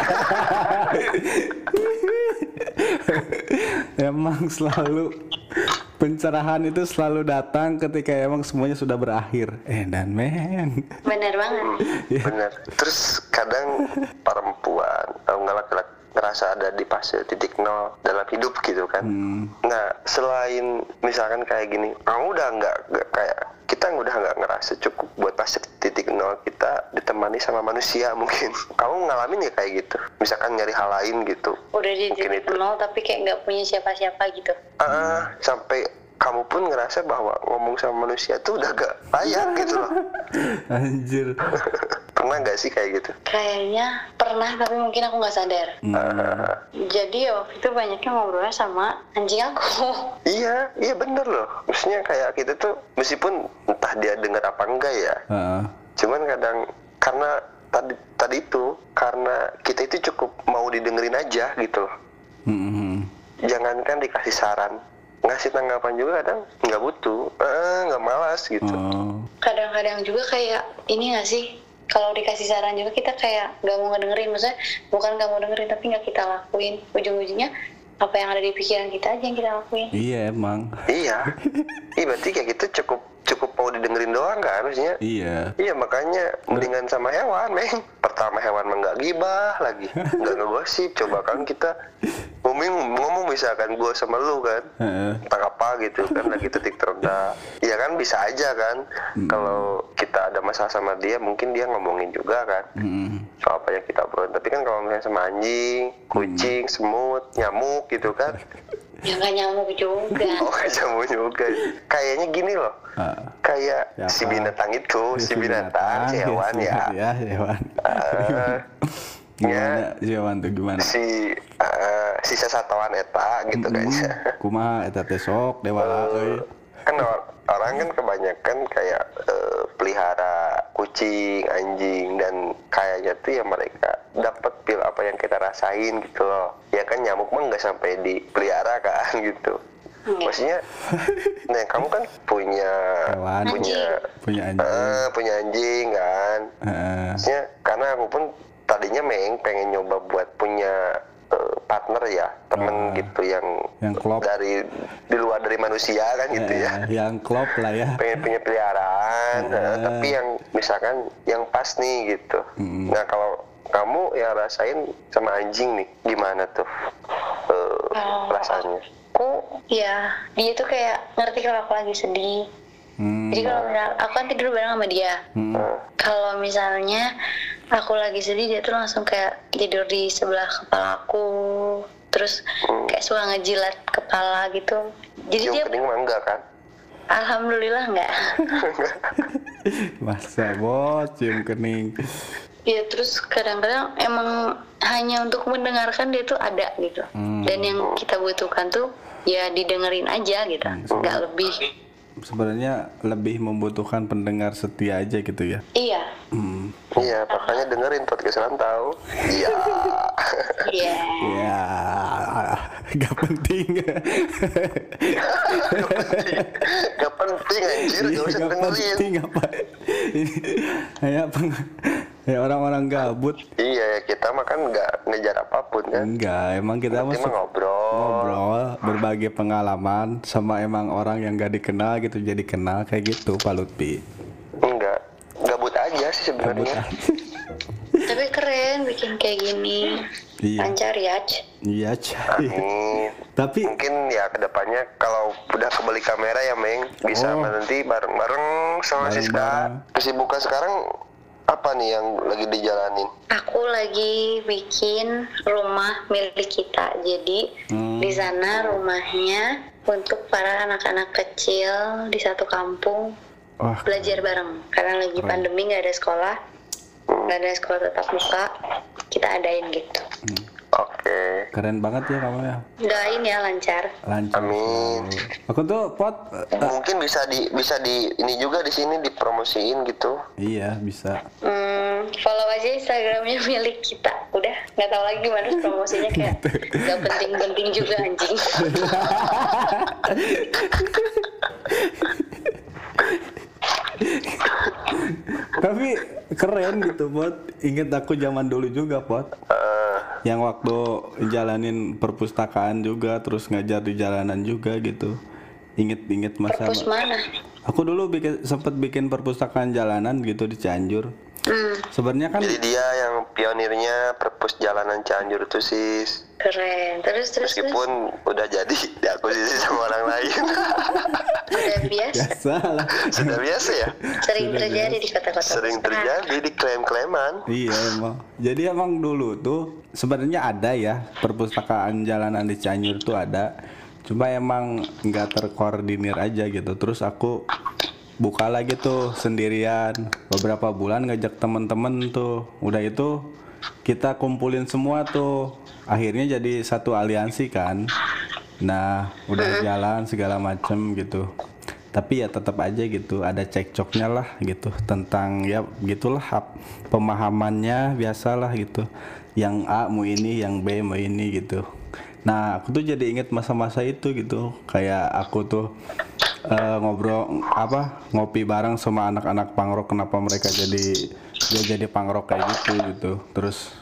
Emang selalu pencerahan itu selalu datang ketika emang semuanya sudah berakhir. Dan men. Bener banget. Bener. Terus kadang perempuan nggak laki-laki ngerasa ada di fase titik nol dalam hidup gitu kan. Nah, selain misalkan kayak gini, kamu udah nggak kayak kita udah nggak ngerasa cukup buat fase titik nol kita ditemani sama manusia mungkin. Kamu ngalamin ya kayak gitu? Misalkan nyari hal lain gitu. Udah di titik nol tapi kayak nggak punya siapa-siapa gitu. Sampai kamu pun ngerasa bahwa ngomong sama manusia tuh udah gak layak gitu loh. Anjir. Pernah gak sih kayak gitu? Kayaknya pernah, tapi mungkin aku nggak sadar. Jadi ya waktu itu banyaknya ngobrolnya sama anjing aku. Iya bener loh. Maksudnya kayak kita tuh meskipun entah dia dengar apa enggak ya, cuman kadang karena tadi itu karena kita itu cukup mau didengerin aja gitu loh. Jangankan dikasih saran, ngasih tanggapan juga kadang nggak butuh, nggak malas gitu. Kadang-kadang juga kayak ini nggak sih, kalau dikasih saran juga kita kayak nggak mau ngedengerin, maksudnya bukan nggak mau dengerin tapi nggak kita lakuin, ujung-ujungnya apa yang ada di pikiran kita aja yang kita lakuin. Iya emang. Iya berarti kayak gitu cukup mau didengerin doang kan maksudnya. Iya makanya mendingan sama hewan, Meng. Pertama hewan mah nggak gibah lagi, nggak ngegosip. Coba kan kita ngomong misalkan gue sama lu kan tentang apa gitu kan, lagi titik terendah, ya kan bisa aja kan. Kalau kita ada masalah sama dia mungkin dia ngomongin juga kan soal apa yang kita obrolin. Tapi kan kalau misalnya sama anjing, kucing, semut, nyamuk gitu kan, ya nggak nyamuk juga. Nggak nyamuk juga. Kayaknya gini loh, kayak si binatang itu, si hewan ya. Ya hewan. Gimana si hewan tuh gimana? Si sesatuan eta gitu kayaknya. Kumaha eta teh sok dewa Kan orang kan kebanyakan kayak pelihara kucing, anjing, dan kayaknya tuh ya mereka dapat feel apa yang kita rasain gitu loh. Ya kan nyamuk mah nggak sampai dipelihara kan gitu. Maksudnya, nah kamu kan punya anjing kan. Maksudnya karena aku pun tadinya pengen nyoba buat punya partner ya, temen gitu yang klop dari di luar dari manusia kan gitu ya. Yang klop lah ya. Pengen punya peliharaan, tapi yang misalkan yang pas nih gitu. Nah kalau kamu yang rasain sama anjing nih, gimana tuh rasanya? Aku ya dia tuh kayak ngerti kalau aku lagi sedih. Jadi kalau aku kan tidur bareng sama dia. Kalau misalnya aku lagi sedih, dia tuh langsung kayak tidur di sebelah kepala aku, terus kayak suka ngejilat kepala gitu. Jadi cium dia kening mah enggak kan? Alhamdulillah enggak. Masa bos cium kening. Ya terus kadang-kadang emang hanya untuk mendengarkan dia tuh ada gitu. Dan yang kita butuhkan tuh ya didengerin aja gitu, nggak lebih. Sebenarnya lebih membutuhkan pendengar setia aja gitu ya. Iya. Iya, makanya dengerin podcast Rantau. Iya. Iya. Gak penting. Gak penting anjir, gak usah dengerin. Penting apa? Ya orang-orang gabut. Iya, kita mah kan nggak ngejar apapun kan. Enggak, emang kita mah ngobrol, berbagi pengalaman sama emang orang yang gak dikenal gitu jadi kenal kayak gitu, Pak Lutfi. Enggak, gabut aja sih sebenarnya. Tapi keren bikin kayak gini. Iya. Lancar ya. Iya, tapi mungkin ya kedepannya kalau udah kebeli kamera ya Meng, bisa nanti bareng-bareng sama Siska. Kesibukan sekarang apa nih yang lagi dijalanin? Aku lagi bikin rumah milik kita. Jadi di sana rumahnya untuk para anak-anak kecil di satu kampung belajar bareng. Karena lagi pandemi nggak ada sekolah tetap muka, kita adain gitu. Oke. Keren banget ya kamu ya. Doain ya lancar. Amin. Aku tuh pot mungkin bisa di ini juga di sini dipromosiin gitu. Iya bisa. Follow aja Instagramnya milik kita. Udah nggak tahu lagi gimana promosinya, kayak nggak penting-penting juga anjing. Tapi keren gitu Pot. Ingat aku zaman dulu juga Pot. Yang waktu jalanin perpustakaan juga, terus ngajar di jalanan juga gitu. Inget masa. Perpus mana? Aku dulu sempet bikin perpustakaan jalanan gitu di Cianjur. Sebenarnya kan. Jadi dia yang pionirnya perpus jalanan Cianjur tuh sis. Keren. Terus. Meskipun udah jadi diakuisisi sama orang lain. Udah biasa lah. Sudah biasa ya. Sering terjadi di kota-kota. Sering terjadi di klaim-klaiman. Iya emang. Jadi emang dulu tuh sebenarnya ada ya perpustakaan jalanan di Cianjur tuh ada. Cuma emang nggak terkoordinir aja gitu. Terus aku buka lagi tuh sendirian beberapa bulan, ngajak temen-temen tuh. Udah itu kita kumpulin semua tuh, akhirnya jadi satu aliansi kan. Nah udah jalan segala macem gitu, tapi ya tetap aja gitu ada cekcoknya lah gitu, tentang ya gitulah pemahamannya biasalah gitu, yang A mau ini, yang B mau ini gitu. Nah aku tuh jadi inget masa-masa itu gitu, kayak aku tuh ngopi bareng sama anak-anak pangrok, kenapa mereka jadi pangrok kayak gitu. Terus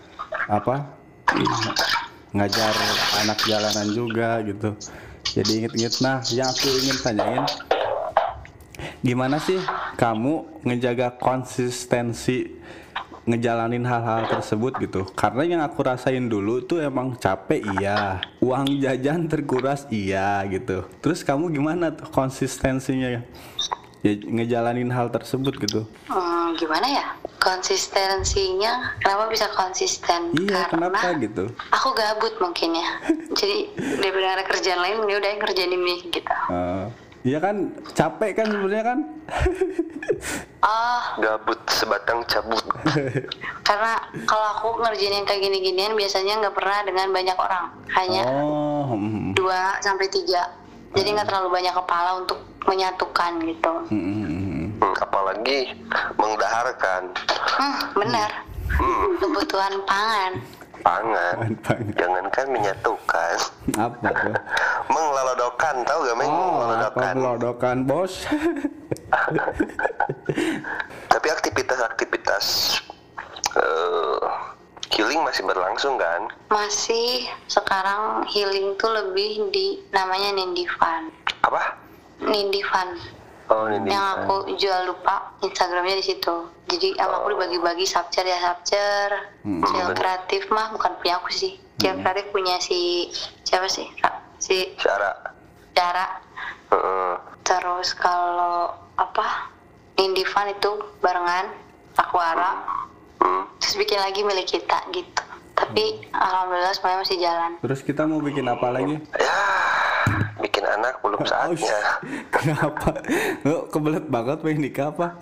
ngajar anak jalanan juga gitu. Jadi inget-inget. Nah yang aku ingin tanyain, gimana sih kamu ngejaga konsistensi ngejalanin hal-hal tersebut gitu? Karena yang aku rasain dulu tuh emang capek iya, uang jajan terkuras iya gitu. Terus kamu gimana tuh konsistensinya ya ngejalanin hal tersebut gitu? Gimana ya konsistensinya? Kenapa bisa konsisten? Iya, karena kenapa gitu? aku gabut mungkin ya. Jadi daripada ada kerjaan lain, ya udah ngerjain ini gitu. Iya kan, capek kan sebenarnya kan? Gabut sebatang cabut. Karena kalau aku ngerjain yang kayak gini-ginian biasanya nggak pernah dengan banyak orang, hanya 2 sampai 3. Jadi nggak terlalu banyak kepala untuk menyatukan gitu. Apalagi mengudaharkan. Benar. Kebutuhan pangan. Jangankan menyatukan. Apa tuh? Mengelodokan, tahu gak Meng? Mengelodokan. Melodokan bos. Tapi aktivitas healing masih berlangsung kan? Masih. Sekarang healing tuh lebih di namanya Nindifan. Apa? Nindifan. Oh, ini. Yang aku jual lupa Instagramnya di situ. Jadi aku dibagi-bagi Sapcer. Cil kreatif mah bukan punya aku sih. Cil kreatif punya si siapa sih? Si Cara. Terus kalau Nindifan itu barengan Aquara. Terus bikin lagi milik kita gitu. Tapi alhamdulillah semuanya masih jalan. Terus kita mau bikin apa lagi? Ya, bikin anak belum saatnya. Kenapa? Lo kebelet banget pengen nikah apa?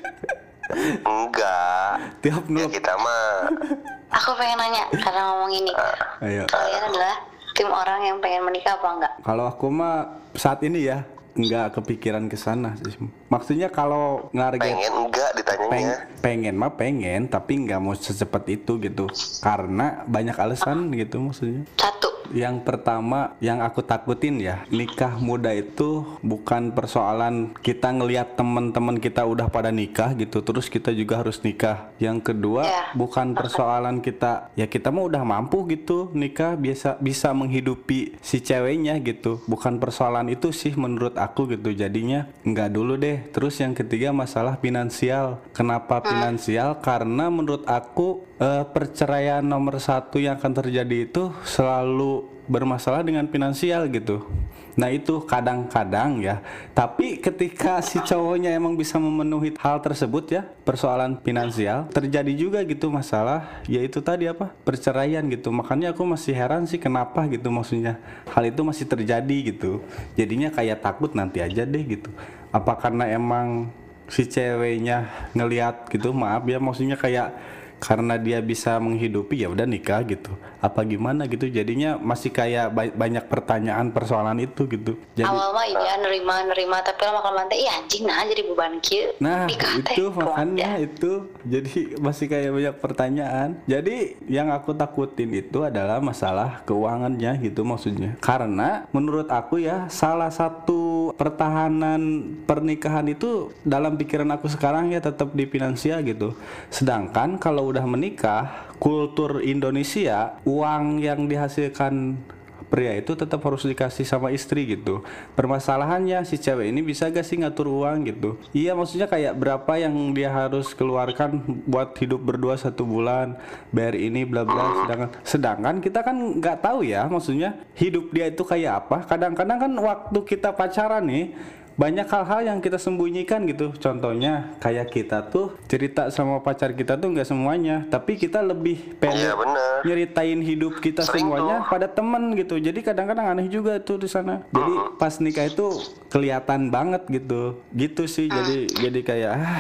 Enggak. Tiap Ya kita mah. Aku pengen nanya karena ngomongin nikah. Ayo. Kalian adalah tim orang yang pengen menikah apa enggak? Kalau aku mah saat ini ya nggak kepikiran ke sana sih. Maksudnya kalau ngarget enggak ditanyanya. pengen tapi nggak mau secepat itu gitu. Karena banyak alasan gitu maksudnya. Satu. Yang pertama yang aku takutin ya, nikah muda itu bukan persoalan kita ngelihat teman-teman kita udah pada nikah gitu terus kita juga harus nikah. Yang kedua bukan persoalan kita mah udah mampu gitu nikah, bisa menghidupi si ceweknya gitu. Bukan persoalan itu sih menurut aku gitu. Jadinya nggak dulu deh. Terus yang ketiga masalah finansial. Kenapa finansial? Karena menurut aku perceraian nomor 1 yang akan terjadi itu selalu bermasalah dengan finansial gitu. Nah itu kadang-kadang ya. Tapi ketika si cowoknya emang bisa memenuhi hal tersebut ya, persoalan finansial, terjadi juga gitu masalah, yaitu tadi perceraian gitu. Makanya aku masih heran sih kenapa gitu, maksudnya hal itu masih terjadi gitu. Jadinya kayak takut nanti aja deh gitu. Apa karena emang si ceweknya ngelihat gitu, maaf ya, maksudnya kayak karena dia bisa menghidupi ya udah nikah gitu, apa gimana gitu. Jadinya masih kayak banyak pertanyaan persoalan itu gitu. Jadi awal mah iya nerima tapi lama-lama anjing jadi beban kieu. Nah itu makanya itu jadi masih kayak banyak pertanyaan. Jadi yang aku takutin itu adalah masalah keuangannya gitu maksudnya. Karena menurut aku ya salah satu pertahanan pernikahan itu dalam pikiran aku sekarang ya tetap di finansial gitu. Sedangkan kalau udah menikah, kultur Indonesia, uang yang dihasilkan pria itu tetap harus dikasih sama istri gitu. Permasalahannya si cewek ini bisa gak sih ngatur uang gitu? Iya, maksudnya kayak berapa yang dia harus keluarkan buat hidup berdua 1 bulan, bayar ini bla bla. Sedangkan kita kan nggak tahu ya, maksudnya hidup dia itu kayak apa. Kadang-kadang kan waktu kita pacaran nih, banyak hal-hal yang kita sembunyikan gitu. Contohnya kayak kita tuh cerita sama pacar kita tuh nggak semuanya, tapi kita lebih pengen nyeritain hidup kita semuanya pada temen gitu. Jadi kadang-kadang aneh juga tuh di sana. Jadi pas nikah itu kelihatan banget gitu sih. Jadi kayak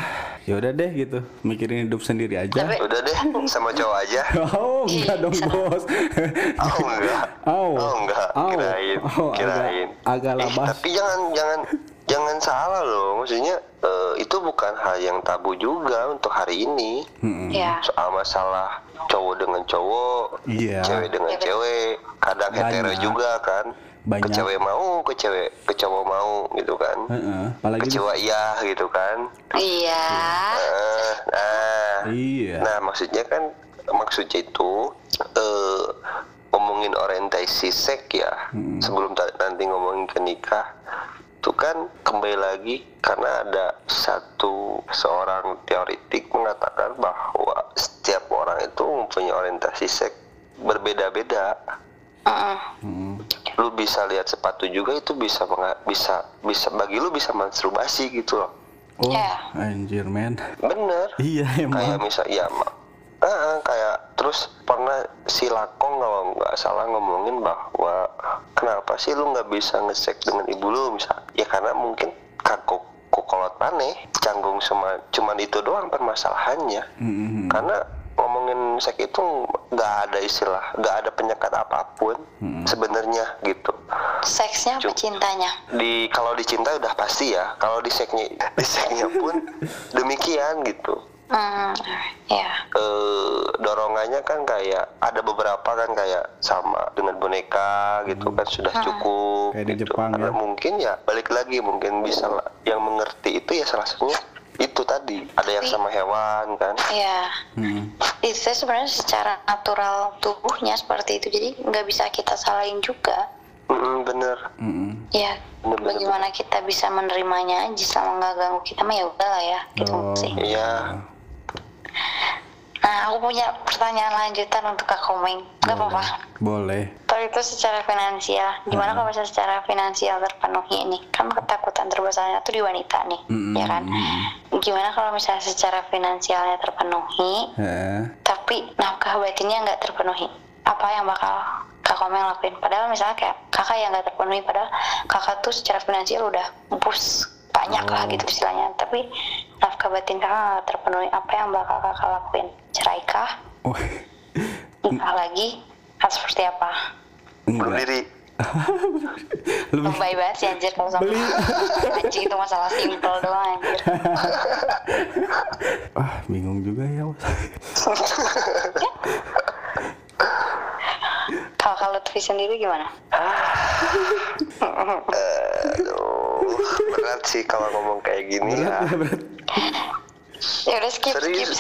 ya udah deh gitu, mikirin hidup sendiri aja. Udah deh sama cowok aja. Oh enggak dong bos. Oh enggak. Oh enggak. Kirain. Agak labas. Tapi jangan salah loh, maksudnya itu bukan hal yang tabu juga untuk hari ini. Iya. Soal masalah cowok dengan cowok, cewek dengan cewek, kadang hetero juga kan. Ke cewek mau, ke cowok mau gitu kan. Apalagi ke cewek iya gitu kan. Iya. Nah maksudnya itu ngomongin orientasi seks ya, sebelum nanti ngomongin ke nikah, itu kan kembali lagi karena ada seorang teoritik mengatakan bahwa setiap orang itu mempunyai orientasi seks berbeda-beda. Lu bisa lihat sepatu juga itu bisa bagi lu bisa masturbasi gitu loh. Oh, anjir men. Bener. Iya emang. Kayak misal kayak terus pernah si Lakong kalau nggak salah ngomongin bahwa kenapa sih lu nggak bisa nge-seks dengan ibu lu misal? Ya karena mungkin kokolot maneh canggung sama cuman itu doang permasalahannya. Karena ngomongin seks itu nggak ada penyekat apapun sebenarnya gitu. Seksnya apa cintanya? Kalau dicinta udah pasti ya. Kalau di seksnya pun demikian gitu. Dorongannya kan kayak ada beberapa kan kayak sama dengan boneka gitu kan sudah cukup. Kayak gitu. di Jepang Karena ya. mungkin ya balik lagi mungkin bisa lah yang mengerti itu ya salah satunya itu tadi ada yang sama hewan kan. Iya. Itu sebenarnya secara natural tubuhnya seperti itu, jadi nggak bisa kita salahin juga. Bener. Ya, bagaimana kita bisa menerimanya aja selama nggak ganggu kita mah ya udahlah ya, gitu sih. Iya. Nah, aku punya pertanyaan lanjutan untuk Kak Komeng. Nggak apa-apa? Boleh. Tapi itu secara finansial. Gimana kalau misalnya secara finansial terpenuhi ini? Kan ketakutan terbesarnya tuh di wanita nih, ya kan? Gimana kalau misalnya secara finansialnya terpenuhi, tapi nafkah batinnya nggak terpenuhi? Apa yang bakal Kak Komeng lakuin? Padahal misalnya kayak kakak yang nggak terpenuhi, padahal kakak tuh secara finansial udah bus banyak lah gitu istilahnya, tapi nafkah batin kakak nggak terpenuhi. Apa yang bakal kakak lakuin? Cerai kah? Nikah lagi? Atau seperti apa? Bunuh diri. Lebay banget sih anjir kalau sama anjing, itu masalah simpel doang anjir. Bingung juga ya bos. Kalau Lutfi sendiri gimana? Berat sih kalau ngomong kayak gini ya. Ya udah skip.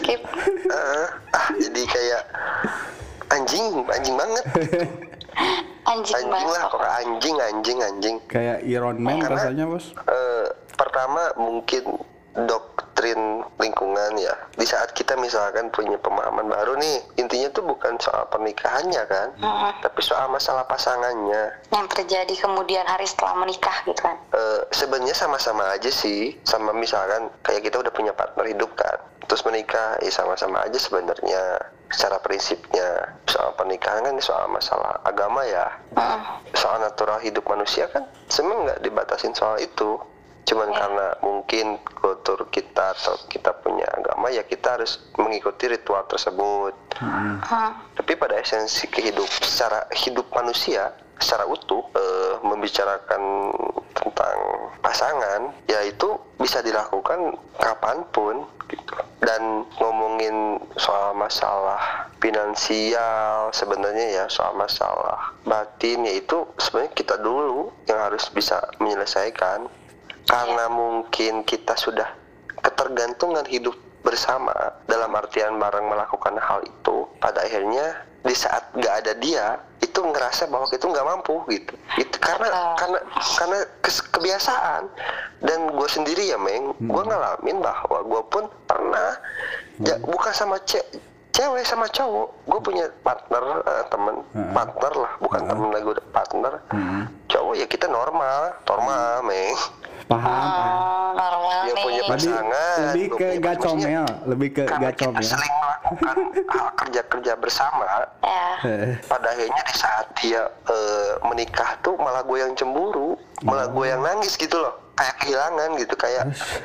Jadi kayak anjing banget. Anjing lah, pokoknya anjing. Kayak Iron Man rasanya bos. Pertama mungkin doktrin lingkungan ya. Di saat kita misalkan punya pemahaman baru nih, intinya tuh bukan soal pernikahannya kan, tapi soal masalah pasangannya. Yang terjadi kemudian hari setelah menikah gitu kan. Sebenarnya sama-sama aja sih. Sama misalkan kayak kita udah punya partner hidup kan, terus menikah, ya sama-sama aja sebenarnya. Secara prinsipnya soal pernikahan kan soal masalah agama ya. Soal natural hidup manusia kan sebenarnya nggak dibatasin soal itu. Cuman karena mungkin kultur kita atau kita punya agama ya kita harus mengikuti ritual tersebut. Tapi pada esensi secara hidup manusia secara utuh, membicarakan tentang pasangan ya itu bisa dilakukan kapanpun gitu. Dan ngomongin soal masalah finansial sebenarnya ya soal masalah batin ya itu sebenarnya kita dulu yang harus bisa menyelesaikan. Karena mungkin kita sudah ketergantungan hidup bersama dalam artian bareng melakukan hal itu, pada akhirnya di saat nggak ada dia itu ngerasa bahwa kita nggak mampu gitu. Itu karena kebiasaan. Dan gue sendiri ya Meng, gue ngalamin bahwa gue pun pernah bukan sama cewek sama cowok, gue punya partner, partner lah, bukan temen lagi, udah partner. Cowok ya kita normal Meng. Paham. Normal dia nih. punya pasangan, lebih ke gacomel, karena kita sering melakukan hal kerja bersama. Pada akhirnya di saat dia menikah tuh malah gue yang cemburu, malah gue yang nangis gitu loh, kayak kehilangan gitu, kayak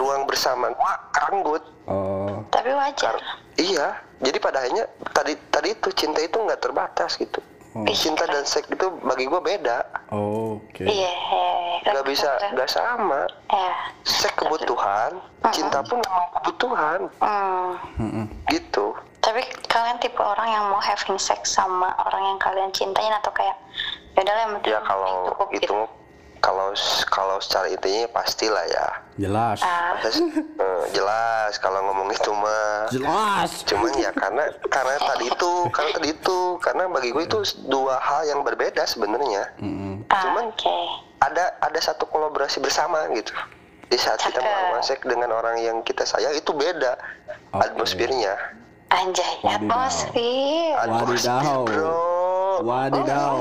ruang bersama gua kerenggut. Tapi wajar. Iya, jadi pada akhirnya tadi itu cinta itu nggak terbatas gitu. Cinta dan seks itu bagi gua beda. Oke. Iya. Nggak bisa, nggak sama. Seks kebutuhan, cinta pun memang kebutuhan. Gitu. Tapi kalian tipe orang yang mau having sex sama orang yang kalian cintain atau kayak yaudah lah yang penting Ya kalau cukup itu gitu. kalau secara intinya pastilah ya. Jelas. Jelas kalau ngomong itu mah. Jelas. Cuman ya karena tadi itu karena bagi gue itu dua hal yang berbeda sebenarnya. Cuman ada satu kolaborasi bersama gitu. Di saat kita melakukan seks dengan orang yang kita sayang itu beda atmosfernya. Anjay, atmosfer. Wadidaw. Bro. Wadidaw.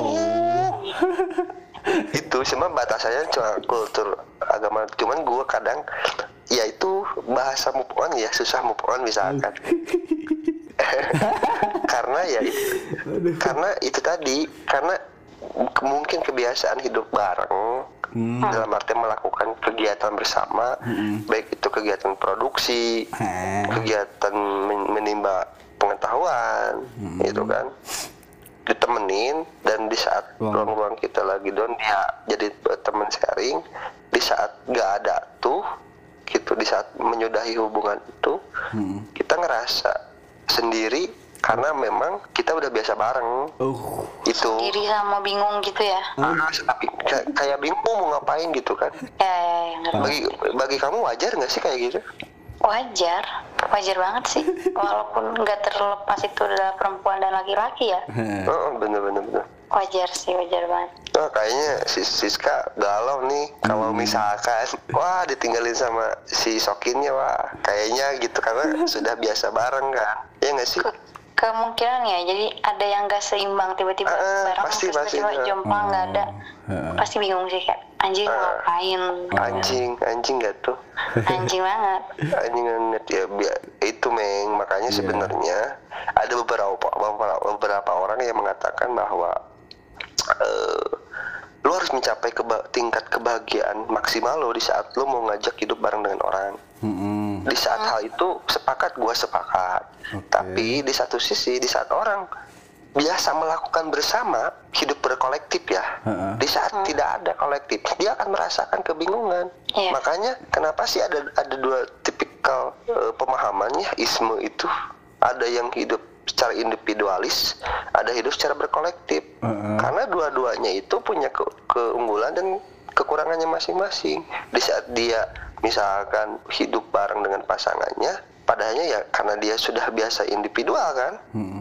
Itu cuma batasannya cuma kultur agama. Cuman gue kadang ya itu bahasa move on ya susah move on misalkan. Karena itu tadi karena mungkin kebiasaan hidup bareng dalam arti melakukan kegiatan bersama, baik itu kegiatan produksi, kegiatan menimba pengetahuan, itu kan ditemenin, dan di saat ruang-ruang kita lagi down dia jadi teman sharing. Di saat nggak ada tuh gitu, di saat menyudahi hubungan itu kita ngerasa sendiri karena memang kita udah biasa bareng. Itu Sendiri sama bingung gitu ya. tapi kayak bingung mau ngapain gitu kan. Ya, ngerti. Bagi kamu wajar nggak sih kayak gitu? Wajar banget sih. Walaupun nggak terlepas itu adalah perempuan dan laki-laki ya. Bener. Wajar banget. Kayaknya si Siska galau nih kalau misalkan wah ditinggalin sama si Sokinnya, wah kayaknya gitu karena sudah biasa bareng kan, ya nggak sih? Kemungkinan ya, jadi ada yang gak seimbang tiba-tiba bareng, pasti, tiba-tiba jomplang nggak ada, pasti bingung sih kayak anjing ngapain? Anjing gak tuh? Anjing banget. Anjing banget ya, itu Meng, makanya sebenarnya ada beberapa orang yang mengatakan bahwa lu harus mencapai tingkat kebahagiaan maksimal lo di saat lo mau ngajak hidup bareng dengan orang. Di saat hal itu gua sepakat. Tapi di satu sisi, di saat orang biasa melakukan bersama, hidup berkolektif ya, di saat tidak ada kolektif, dia akan merasakan kebingungan. Makanya kenapa sih ada dua tipikal pemahamannya isme itu, ada yang hidup secara individualis, ada hidup secara berkolektif. Karena dua-duanya itu punya keunggulan dan kekurangannya masing-masing. Di saat dia misalkan hidup bareng dengan pasangannya, padahalnya ya karena dia sudah biasa individual kan,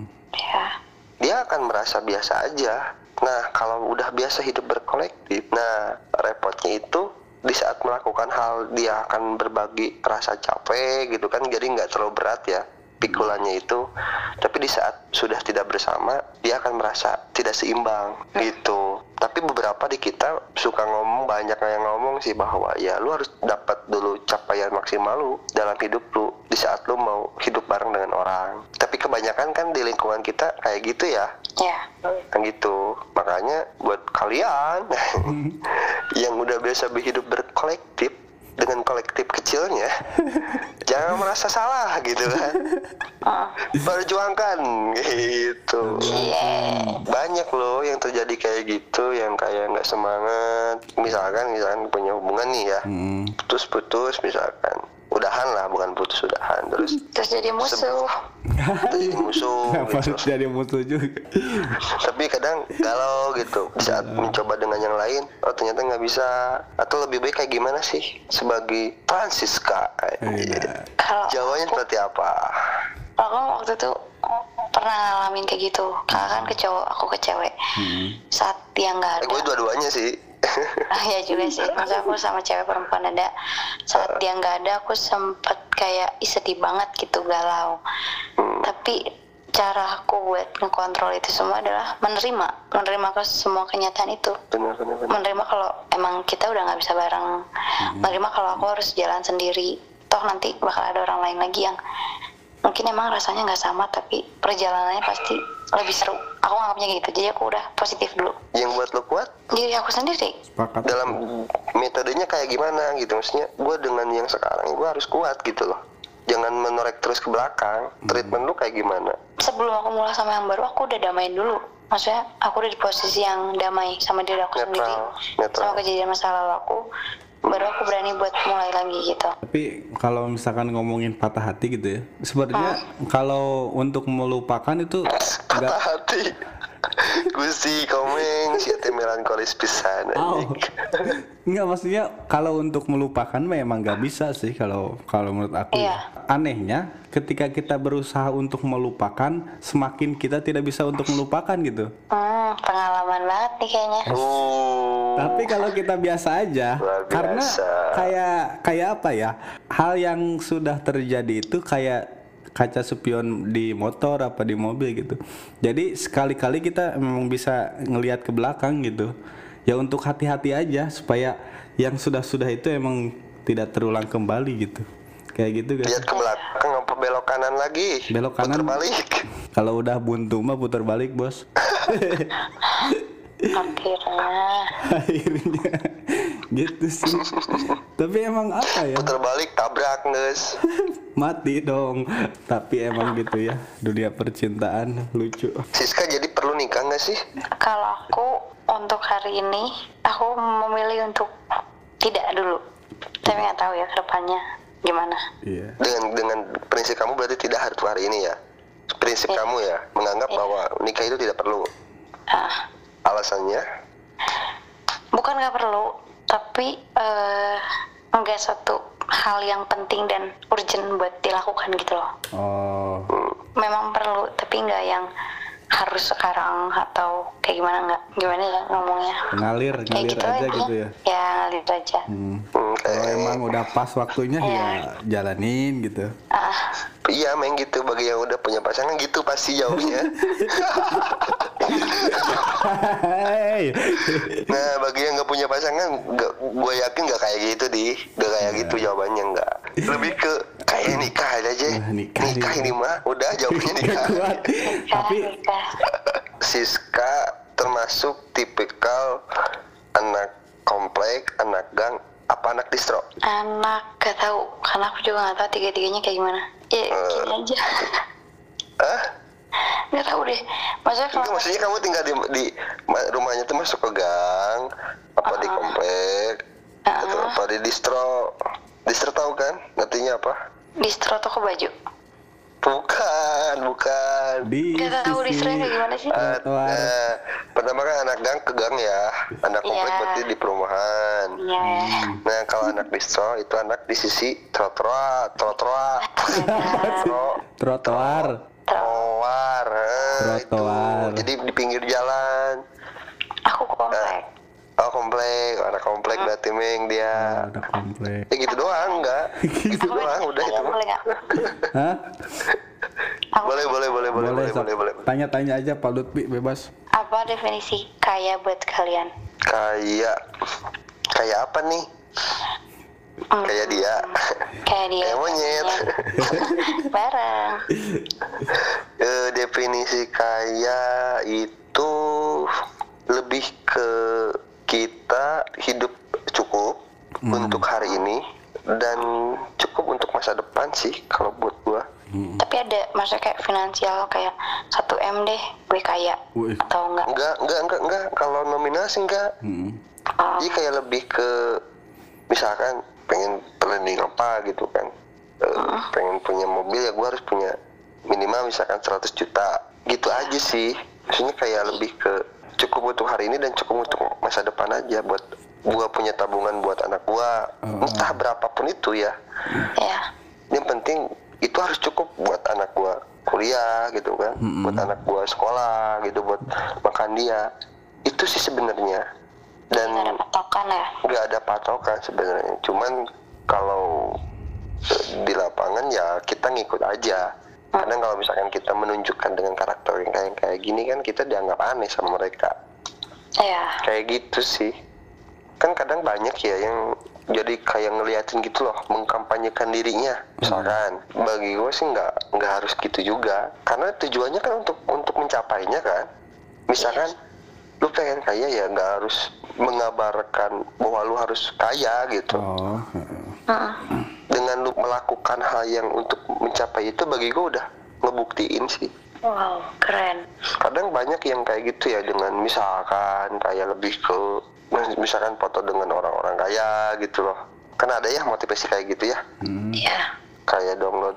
dia akan merasa biasa aja. Nah kalau udah biasa hidup berkolektif, nah repotnya itu di saat melakukan hal dia akan berbagi rasa capek gitu kan, jadi nggak terlalu berat ya pikulannya itu. Tapi di saat sudah tidak bersama, dia akan merasa tidak seimbang gitu. Tapi beberapa di kita suka banyak yang ngomong sih bahwa ya lu harus dapat dulu capaian maksimal lu dalam hidup lu di saat lu mau hidup bareng dengan orang. Tapi kebanyakan kan di lingkungan kita kayak gitu ya. Kan gitu. Makanya buat kalian yang udah biasa hidup berkolektif dengan kolektif kecilnya, jangan merasa salah gitu kan. Perjuangkan gitu. Banyak loh yang terjadi kayak gitu, yang kayak nggak semangat. Misalkan punya hubungan nih ya, putus misalkan, udahan lah, bukan putus, udahan terus jadi musuh. Gitu. Jadi musuh juga. Tapi kadang galau gitu di saat mencoba dengan yang lain, ternyata nggak bisa. Atau lebih baik kayak gimana sih sebagai Francisca? Jawabannya seperti apa? Aku waktu itu pernah ngalamin kayak gitu. Kakak kan ke cowok, aku ke cewek. Saat dia nggak ada. Gue dua-duanya sih. Ya juga sih, maksudnya aku sama cewek perempuan ada. Saat dia nggak ada, aku sempet kayak sedih banget gitu, galau. Tapi cara aku buat ngekontrol itu semua adalah menerima ke semua kenyataan itu. Menerima kalau emang kita udah nggak bisa bareng. Menerima kalau aku harus jalan sendiri. Toh nanti bakal ada orang lain lagi yang mungkin emang rasanya nggak sama, tapi perjalanannya pasti lebih seru. Aku anggapnya gitu, jadi aku udah positif dulu. Yang buat lo kuat Diri aku sendiri. Sepakat. dalam metodenya kayak gimana gitu, maksudnya gue dengan yang sekarang gue harus kuat gitu loh, jangan menorek terus ke belakang. Treatment lu kayak gimana? Sebelum aku mulai sama yang baru, aku udah damain dulu. Maksudnya aku udah di posisi yang damai sama diri aku sendiri, sama kejadian masa lalu aku. Baru aku berani buat mulai lagi gitu. Tapi kalau misalkan ngomongin patah hati gitu ya, sebenarnya kalau untuk melupakan itu Patah hati. Gusti Komeng si teh melankolis pisan anjing. Enggak, maksudnya kalau untuk melupakan memang nggak bisa sih kalau menurut aku. Iya. Anehnya ketika kita berusaha untuk melupakan, semakin kita tidak bisa untuk melupakan gitu. Pengalaman banget nih kayaknya. Tapi kalau kita biasa aja, Luar biasa. karena kayak apa ya? Hal yang sudah terjadi itu kayak kaca spion di motor apa di mobil gitu. Jadi sekali-kali kita memang bisa ngelihat ke belakang gitu. Ya untuk hati-hati aja supaya yang sudah-sudah itu emang tidak terulang kembali gitu. Kayak gitu guys. Lihat ke belakang apa belok kanan lagi? Belok kanan. Puter balik. Kalau udah buntu mah putar balik, Bos. Akhirnya gitu sih. Tapi emang apa ya? Puter balik tabrak guys. Mati dong. Tapi emang gitu ya, dunia percintaan lucu. Siska jadi perlu nikah nggak sih? Kalau aku untuk hari ini, aku memilih untuk tidak dulu. Tapi nggak tahu ya kedepannya gimana. Iya. Dengan prinsip kamu berarti tidak harus hari ini ya? Prinsip kamu ya menganggap bahwa nikah itu tidak perlu. Alasannya? Bukan nggak perlu, tapi nggak suatu hal yang penting dan urgent buat dilakukan gitu loh. Oh. Memang perlu, tapi nggak yang harus sekarang atau kayak gimana ya ngomongnya. Ngalir gitu aja gitu ya. Ya ngalir aja. Kalau emang udah pas waktunya ya jalanin gitu. Iya main gitu, bagi yang udah punya pasangan gitu pasti jawabnya. Nah bagi yang nggak punya pasangan, gue yakin nggak kayak gitu nggak kayak gitu jawabannya, nggak. Lebih ke kayak nikah aja. Nikah ini mah udah jawabnya nikah. Tapi Siska termasuk tipikal anak komplek, anak gang, apa anak distro? Anak gak tahu, karena aku juga nggak tahu tiga-tiganya kayak gimana. Ya gini aja. Nggak tahu deh. Maksudnya kamu tinggal di rumahnya tuh masuk ke gang, apa di komplek, atau apa di distro? Distro tahu kan? Artinya apa? Distro toko baju. Bukan. Nggak tahu distronya kayak gimana sih? Pertama kan anak gang ke gang ya, anak komplek berarti di perumahan. Nah kalau anak distro itu anak di sisi trotoar. Jadi di pinggir jalan. Aku komplek. Anak komplek berarti Meng dia. Anak komplek. Ya gitu doang, enggak? Gitu doang, udah itu. Boleh nggak? Hah? Boleh. Tanya-tanya aja Pak Lutfi, bebas. Apa definisi kaya buat kalian? Kayak apa nih? Kayak dia. Kayak monyet. Bareng. Definisi kaya itu lebih ke kita hidup cukup untuk hari ini dan cukup untuk masa depan sih kalau buat gua. Tapi ada maksudnya kayak finansial kayak 1 M deh gue kaya atau enggak? Enggak. Kalau nominal sih enggak. Jadi kayak lebih ke misalkan pengen planning apa gitu kan. Pengen punya mobil ya gua harus punya minimal misalkan 100 juta. Gitu aja sih. Maksudnya kayak lebih ke cukup untuk hari ini dan cukup untuk masa depan aja, buat gua punya tabungan buat anak gua, entah berapapun itu ya. Yang penting itu harus cukup buat anak gua kuliah gitu kan, buat anak gua sekolah gitu, buat makan dia. Itu sih sebenarnya. Dan nggak ada patokan ya? Nggak ada patokan sebenarnya. Cuman kalau di lapangan ya kita ngikut aja. Karena kalau misalkan kita menunjukkan dengan karakter yang kayak gini kan kita dianggap aneh sama mereka. Kayak gitu sih. Kan kadang banyak ya yang jadi kayak ngeliatin gitu loh, mengkampanyekan dirinya. Misalkan bagi gue sih nggak harus gitu juga, karena tujuannya kan untuk mencapainya kan. Misalkan lu pengen kaya ya nggak harus mengabarkan bahwa lu harus kaya gitu. Dengan lu melakukan hal yang untuk mencapai itu, bagi gue udah ngebuktiin sih. Wow, keren. Kadang banyak yang kayak gitu ya, dengan misalkan kayak lebih ke misalkan foto dengan orang-orang kaya gitu loh. Kan ada ya motivasi kayak gitu ya. Iya. Kayak download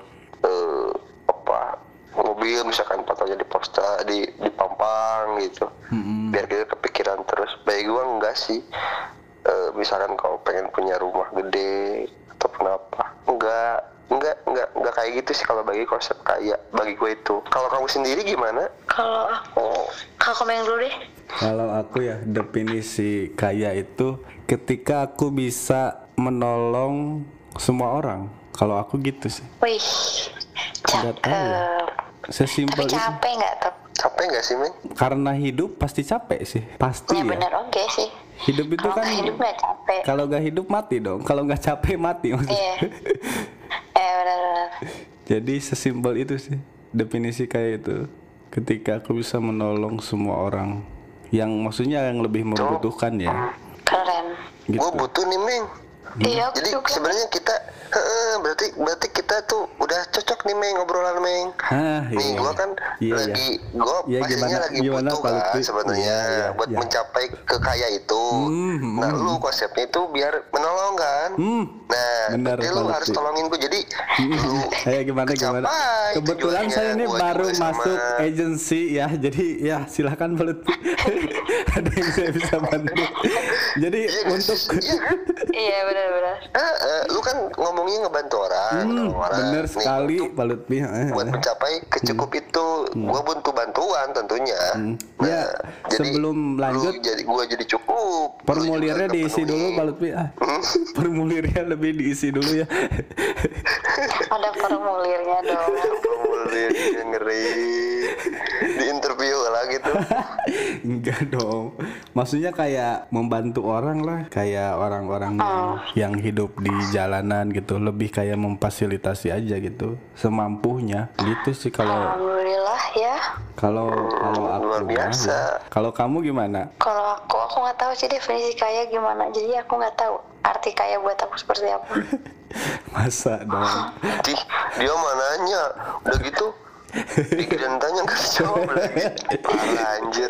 mobil, misalkan fotonya di poster, dipampang gitu. Biar kita kepikiran terus. Bagi gua enggak sih. Misalkan kalau pengen punya rumah gede atau kenapa? Enggak kayak gitu sih kalau bagi konsep kaya. Bagi gue itu. Kalau kamu sendiri gimana? Kalau aku, kamu yang dulu deh. Kalau aku ya, definisi kaya itu ketika aku bisa menolong semua orang. Kalau aku gitu sih. Wih, Nggak tahu ya. Sesimpel Tapi capek nggak tuh? Capek nggak sih, Men? Karena hidup pasti capek sih, pasti Ya ya. bener, oke sih. Hidup itu Kalau kan nggak hidup nggak capek. Kalau nggak hidup mati dong. Kalau nggak capek mati maksudnya. Iya. Benar-benar. Jadi sesimpel itu sih definisi kayak itu. Ketika aku bisa menolong semua orang, yang maksudnya yang lebih membutuhkan ya. Keren. Gitu. Gue butuh nih, Meng. Iya. Jadi sebenarnya kita berarti kita tuh udah cocok nih, Meng, ngobrolan, Meng. Nih gua kan gua pastinya lagi butuh kan sebenarnya buat mencapai kekaya itu. Nah, lu konsepnya itu biar menolong kan. Nah, berarti lu harus tolongin gua. Jadi lu gimana kebetulan saya ini baru masuk agensi ya, jadi ya silahkan Balut. Ada yang saya bisa bantu. Jadi untuk Iya benar-benar. Lu kan ngomongnya ngebantu orang, bener sekali Balut. Buat mencapai kecukup itu, gua butuh bantuan tentunya. Ya, sebelum lanjut, gua jadi cukup. Formulirnya diisi dulu Balut. Formulirnya lebih diisi dulu ya. Ada formulirnya dong. Formulirnya ngeri. Di interview lah gitu. Enggak dong. Maksudnya kayak membantu orang lah, kayak orang-orang yang hidup di jalanan gitu, lebih kayak memfasilitasi aja gitu, semampunya gitu sih kalau. Alhamdulillah ya. Kalau aku luar biasa. Ya. Kalau kamu gimana? Kalau aku nggak tahu sih definisi kaya gimana. Jadi aku nggak tahu arti kaya buat aku seperti apa. Masa dong. Dia mananya udah gitu. Pikiran tanya nggak jawab lagi. Parah anjir.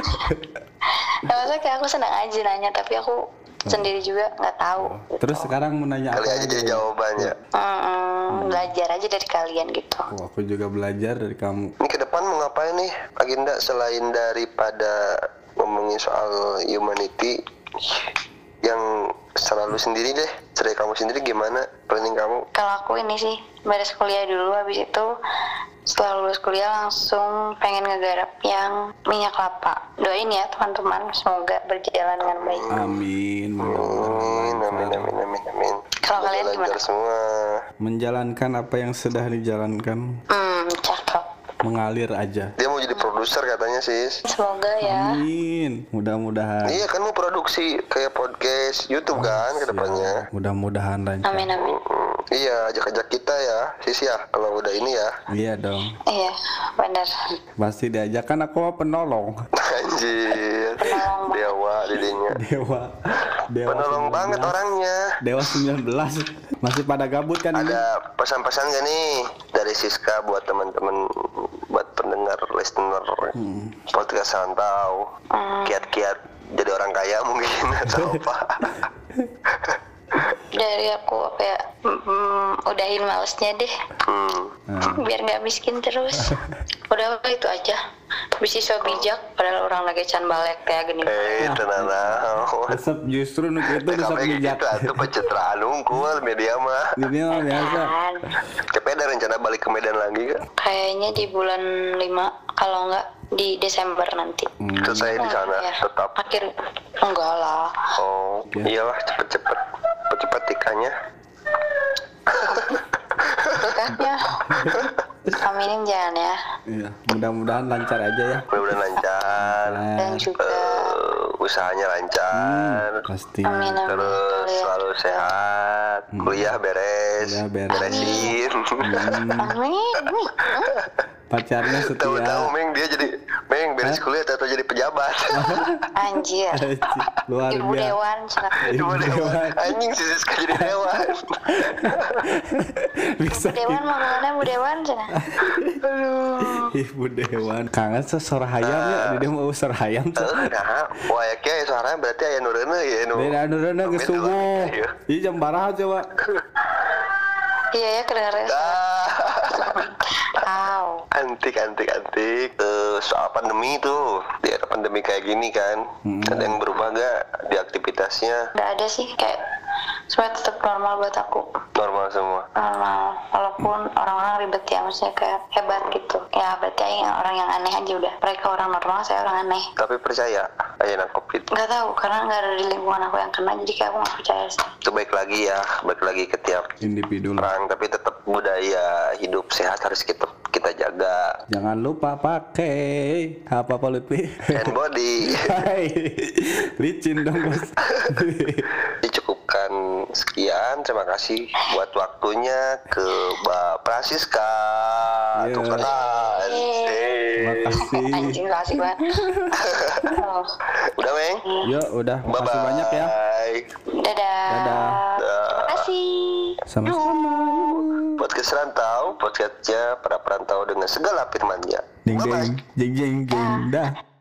Ya, maksudnya kayak aku senang aja nanya, tapi aku sendiri juga nggak tahu. Terus sekarang mau nanya kali apa aja jadi jawabannya. Belajar aja dari kalian gitu. Aku juga belajar dari kamu. Ini ke depan mau ngapain nih agenda selain daripada ngomongin soal humanity, yang selalu sendiri deh, dari kamu sendiri gimana planning kamu? Kalau aku ini sih beres kuliah dulu, habis itu setelah lulus kuliah langsung pengen ngegarap yang minyak kelapa. Doain ya teman-teman, semoga berjalan dengan baik. Amin. Amin. Kalau kalian gimana? Semua menjalankan apa yang sudah dijalankan. Cakep. Mengalir aja. Dia mau jadi produser katanya, Sis. Semoga ya. Amin. Mudah-mudahan. Iya kan mau produksi kayak podcast YouTube kan ke depannya. Mudah-mudahan lancar. Amin. Iya, ajak-ajak kita ya, Sis ya. Kalau udah ini ya. Iya dong. Iya, benar. Pasti diajak, kan aku penolong. Anjir. Dewa dirinya. Dewa Penolong 19. Banget orangnya. Dewa 19. Masih pada gabut kan ini? Ada pesan-pesan gak nih dari Siska buat teman-teman, buat pendengar listener podcast Santau, kiat-kiat jadi orang kaya mungkin atau apa? Dari aku apa ya, udahin malesnya deh, biar nggak miskin terus. Udah itu aja. Bisa bijak padahal orang lagi can balek kayak gini. Tenang. Resep justru nuk itu resep bijak. Itu pencitraan unggul media mah. Ini mah biasa. Tapi ada rencana balik ke Medan lagi gak? Kayaknya di bulan 5, kalau enggak di Desember nanti. Terus saya di sana ya. tetap. Akhir enggak lah. Oh, iyalah cepet-cepet tikanya. Tikanya. Aminin jangan ya. Iya, mudah-mudahan lancar aja ya. Mudah-mudahan lancar. Dan juga usahanya lancar. Pasti. Amin, amin. Terus Ya. selalu sehat, kuliah beres, Kuliah beres. beresin. Amin. Pacarnya Tahu-tahu setia. Meng dia jadi beres kuliah atau jadi pejabat. Anjir. Luar Ibu biasa. Dewan cenah. Ibu dewan. Anjing si Siska jadi dewan. Bisa. Dewan mah mana Bu Dewan cenah. Ibu Dewan. Kangen sesorah hayam ya. Dia mau sesorah hayam. Nah, wayaknya suaranya berarti aya nureuna ya nu. Beda nurana ke subuh. Ih jam baraha coba. Iya ya kedengeran. Aw. Antik. Soal pandemi tuh, di era pandemi kayak gini kan, ada yang berubah gak di aktivitasnya? Nggak ada sih, kayak semuanya tetap normal buat aku. Normal semua. Normal, walaupun orang-orang ribet ya, maksudnya kayak hebat gitu. Ya berarti aing orang yang aneh aja udah. Mereka orang normal, saya orang aneh. Tapi percaya, ayeuna COVID. Nggak tahu, karena nggak ada di lingkungan aku yang kena, jadi kayak aku nggak percaya sih. Itu baik lagi ke tiap Individu. orang, tapi tetap budaya hidup sehat harus kita jaga. Jangan lupa pakai apa Lutfi? Hand body. Hai. Licin dong bos. Dicukupkan sekian, terima kasih buat waktunya ke Mbak Prasiska. Iya. Terima kasih. Makasih. Anjing gak asik banget. Oh. Udah Meng? Yuk udah. Bye Makasih banyak ya. Dadah. Dadah. Terima kasih. Sama-sama. Podcast Rantau, podcastnya para perantau dengan segala firmannya. Jeng Bye-bye. jeng. Jeng jeng jeng. Dah.